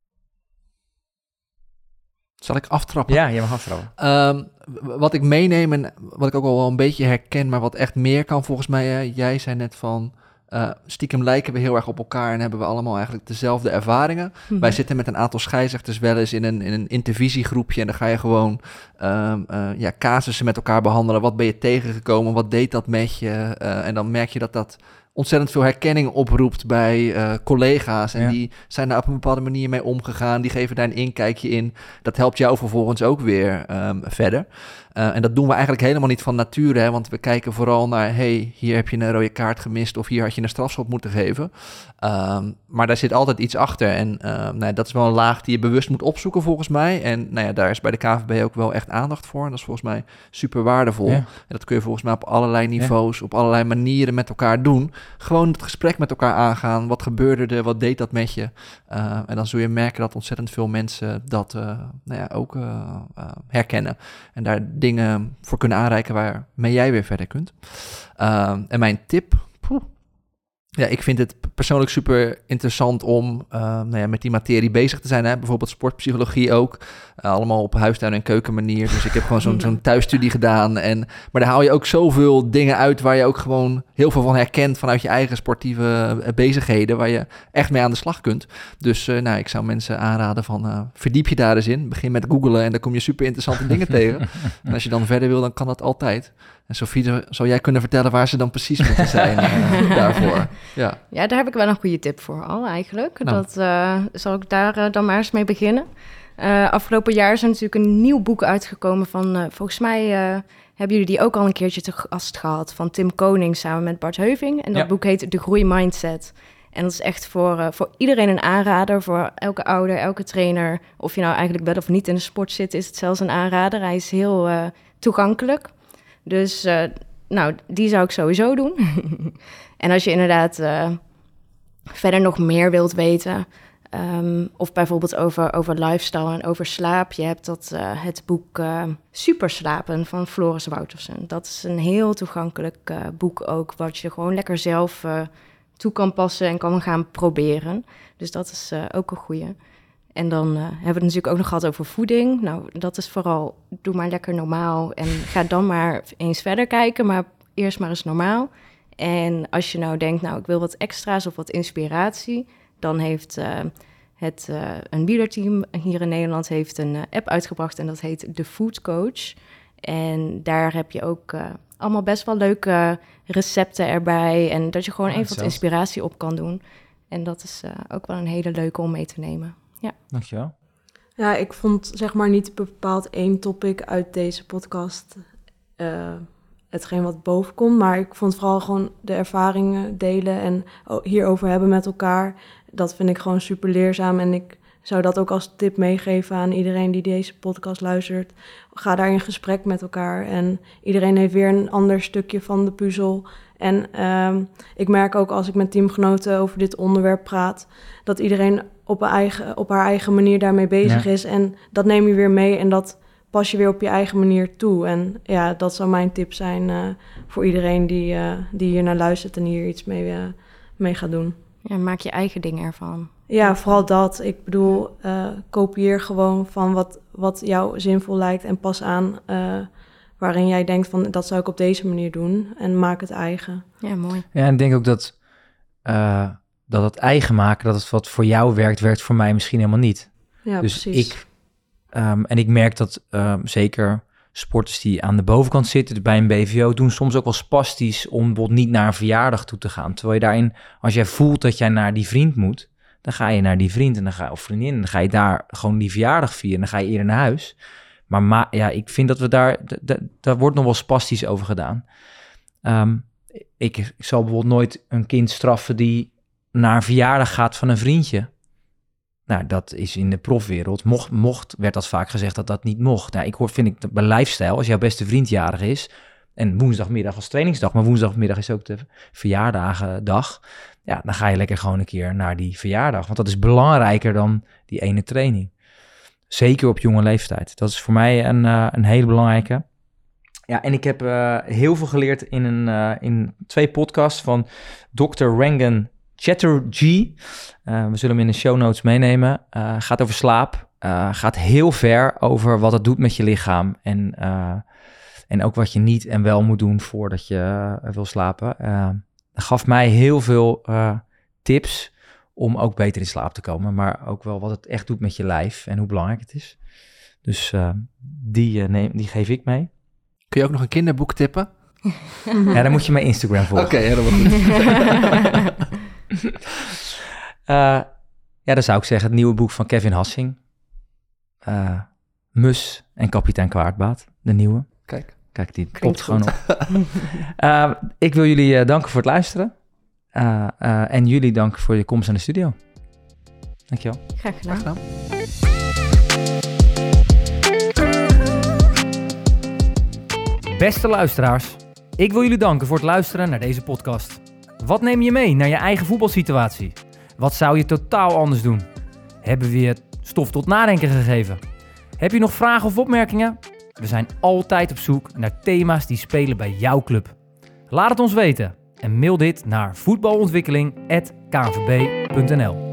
Zal ik aftrappen? Ja, je mag aftrappen. Um, wat ik meeneem en wat ik ook al wel een beetje herken, maar wat echt meer kan volgens mij. Hè? Jij zei net van, uh, stiekem lijken we heel erg op elkaar en hebben we allemaal eigenlijk dezelfde ervaringen. Mm-hmm. Wij zitten met een aantal scheidsrechters wel eens in een, in een intervisiegroepje en dan ga je gewoon um, uh, ja, casussen met elkaar behandelen. Wat ben je tegengekomen? Wat deed dat met je? Uh, en dan merk je dat dat ontzettend veel herkenning oproept bij uh, collega's. En ja. die zijn daar op een bepaalde manier mee omgegaan. Die geven daar een inkijkje in. Dat helpt jou vervolgens ook weer um, verder. Uh, en dat doen we eigenlijk helemaal niet van nature. Hè, want we kijken vooral naar, hey, hier heb je een rode kaart gemist. Of hier had je een strafschop moeten geven. Um, maar daar zit altijd iets achter. En uh, nou, dat is wel een laag die je bewust moet opzoeken volgens mij. En nou ja, daar is bij de K N V B ook wel echt aandacht voor. En dat is volgens mij super waardevol. Ja. En dat kun je volgens mij op allerlei niveaus, ja. op allerlei manieren met elkaar doen. Gewoon het gesprek met elkaar aangaan. Wat gebeurde er? Wat deed dat met je? Uh, en dan zul je merken dat ontzettend veel mensen dat uh, nou ja, ook uh, uh, herkennen. En daar dingen voor kunnen aanreiken waarmee jij weer verder kunt. Uh, en mijn tip... Poeh, ja, ik vind het persoonlijk super interessant om uh, nou ja, met die materie bezig te zijn. Hè? Bijvoorbeeld sportpsychologie ook. Uh, allemaal op huistuin- en keukenmanier. Dus ik heb gewoon zo'n, zo'n thuisstudie gedaan. En, maar daar haal je ook zoveel dingen uit waar je ook gewoon heel veel van herkent vanuit je eigen sportieve bezigheden. Waar je echt mee aan de slag kunt. Dus uh, nou, ik zou mensen aanraden van uh, verdiep je daar eens in. Begin met googlen en dan kom je super interessante dingen tegen. En als je dan verder wil, dan kan dat altijd. En Sophie, zou jij kunnen vertellen waar ze dan precies moeten zijn uh, daarvoor? Ja. ja, daar heb ik wel een goede tip voor al eigenlijk. Nou. Dat uh, zal ik daar uh, dan maar eens mee beginnen. Uh, afgelopen jaar is er natuurlijk een nieuw boek uitgekomen van... Uh, volgens mij uh, hebben jullie die ook al een keertje te gast gehad... van Tim Koning samen met Bart Heuving. En dat ja. boek heet De Groeimindset. En dat is echt voor, uh, voor iedereen een aanrader. Voor elke ouder, elke trainer. Of je nou eigenlijk wel of niet in de sport zit... is het zelfs een aanrader. Hij is heel uh, toegankelijk. Dus uh, nou, die zou ik sowieso doen. En als je inderdaad uh, verder nog meer wilt weten... Um, of bijvoorbeeld over, over lifestyle en over slaap. Je hebt dat, uh, het boek uh, Superslapen van Floris Woutersen. Dat is een heel toegankelijk uh, boek ook... wat je gewoon lekker zelf uh, toe kan passen en kan gaan proberen. Dus dat is uh, ook een goeie. En dan uh, hebben we het natuurlijk ook nog gehad over voeding. Nou, dat is vooral, doe maar lekker normaal en ga dan maar eens verder kijken, maar eerst maar eens normaal. En als je nou denkt, nou, ik wil wat extra's of wat inspiratie, dan heeft uh, het uh, een wielerteam hier in Nederland heeft een uh, app uitgebracht en dat heet The Food Coach. En daar heb je ook uh, allemaal best wel leuke recepten erbij en dat je gewoon Ja, even wat zelfs. inspiratie op kan doen. En dat is uh, ook wel een hele leuke om mee te nemen. Ja. Dankjewel. Ja, ik vond zeg maar niet bepaald één topic uit deze podcast uh, hetgeen wat boven komt. Maar ik vond vooral gewoon de ervaringen delen en hierover hebben met elkaar. Dat vind ik gewoon super leerzaam. En ik zou dat ook als tip meegeven aan iedereen die deze podcast luistert. Ga daar in gesprek met elkaar. En iedereen heeft weer een ander stukje van de puzzel. En um, ik merk ook als ik met teamgenoten over dit onderwerp praat, dat iedereen op, een eigen, op haar eigen manier daarmee bezig Ja. is. En dat neem je weer mee en dat pas je weer op je eigen manier toe. En ja, dat zou mijn tip zijn uh, voor iedereen die, uh, die hier naar luistert en hier iets mee, uh, mee gaat doen. Ja, maak je eigen dingen ervan. Ja, vooral dat. Ik bedoel, uh, kopieer gewoon van wat, wat jou zinvol lijkt en pas aan uh, waarin jij denkt van dat zou ik op deze manier doen en maak het eigen. Ja, mooi. Ja, en ik denk ook dat, uh, dat het eigen maken, dat het wat voor jou werkt, werkt voor mij misschien helemaal niet. Ja, dus precies. ik, um, en ik merk dat um, zeker sporters die aan de bovenkant zitten bij een B V O doen soms ook wel spastisch om bijvoorbeeld niet naar een verjaardag toe te gaan. Terwijl je daarin, als jij voelt dat jij naar die vriend moet, dan ga je naar die vriend en dan ga, of vriendin en dan ga je daar gewoon die verjaardag vieren en dan ga je eerder naar huis. Maar ma- ja, ik vind dat we daar, d- d- daar wordt nog wel spastisch over gedaan. Um, ik, ik zal bijvoorbeeld nooit een kind straffen die naar een verjaardag gaat van een vriendje. Nou, dat is in de profwereld, mocht, mocht werd dat vaak gezegd dat dat niet mocht. Nou, ik hoor, vind ik, dat bij lifestyle, als jouw beste vriend jarig is, en woensdagmiddag als trainingsdag, maar woensdagmiddag is ook de verjaardagendag, ja, dan ga je lekker gewoon een keer naar die verjaardag. Want dat is belangrijker dan die ene training. Zeker op jonge leeftijd. Dat is voor mij een, uh, een hele belangrijke. Ja, en ik heb uh, heel veel geleerd in, een, uh, in twee podcasts van dokter Rangan Chatterjee. Uh, we zullen hem in de show notes meenemen. Uh, gaat over slaap. Uh, gaat heel ver over wat het doet met je lichaam. En, uh, en ook wat je niet en wel moet doen voordat je uh, wil slapen. Uh, gaf mij heel veel uh, tips om ook beter in slaap te komen. Maar ook wel wat het echt doet met je lijf en hoe belangrijk het is. Dus uh, die, uh, neem, die geef ik mee. Kun je ook nog een kinderboek tippen? Ja, dan moet je mijn Instagram volgen. Oké, okay, helemaal goed. uh, ja, dan zou ik zeggen het nieuwe boek van Kevin Hassing. Uh, Mus en Kapitein Kwaadbaat, de nieuwe. Kijk. Kijk, die popt gewoon op. uh, ik wil jullie uh, danken voor het luisteren. Uh, uh, en jullie danken voor je komst aan de studio. Dankjewel. Graag gedaan. Graag gedaan. Beste luisteraars, ik wil jullie danken voor het luisteren naar deze podcast. Wat neem je mee naar je eigen voetbalsituatie? Wat zou je totaal anders doen? Hebben we je stof tot nadenken gegeven? Heb je nog vragen of opmerkingen? We zijn altijd op zoek naar thema's die spelen bij jouw club. Laat het ons weten en mail dit naar voetbalontwikkeling apenstaartje k n v b punt n l.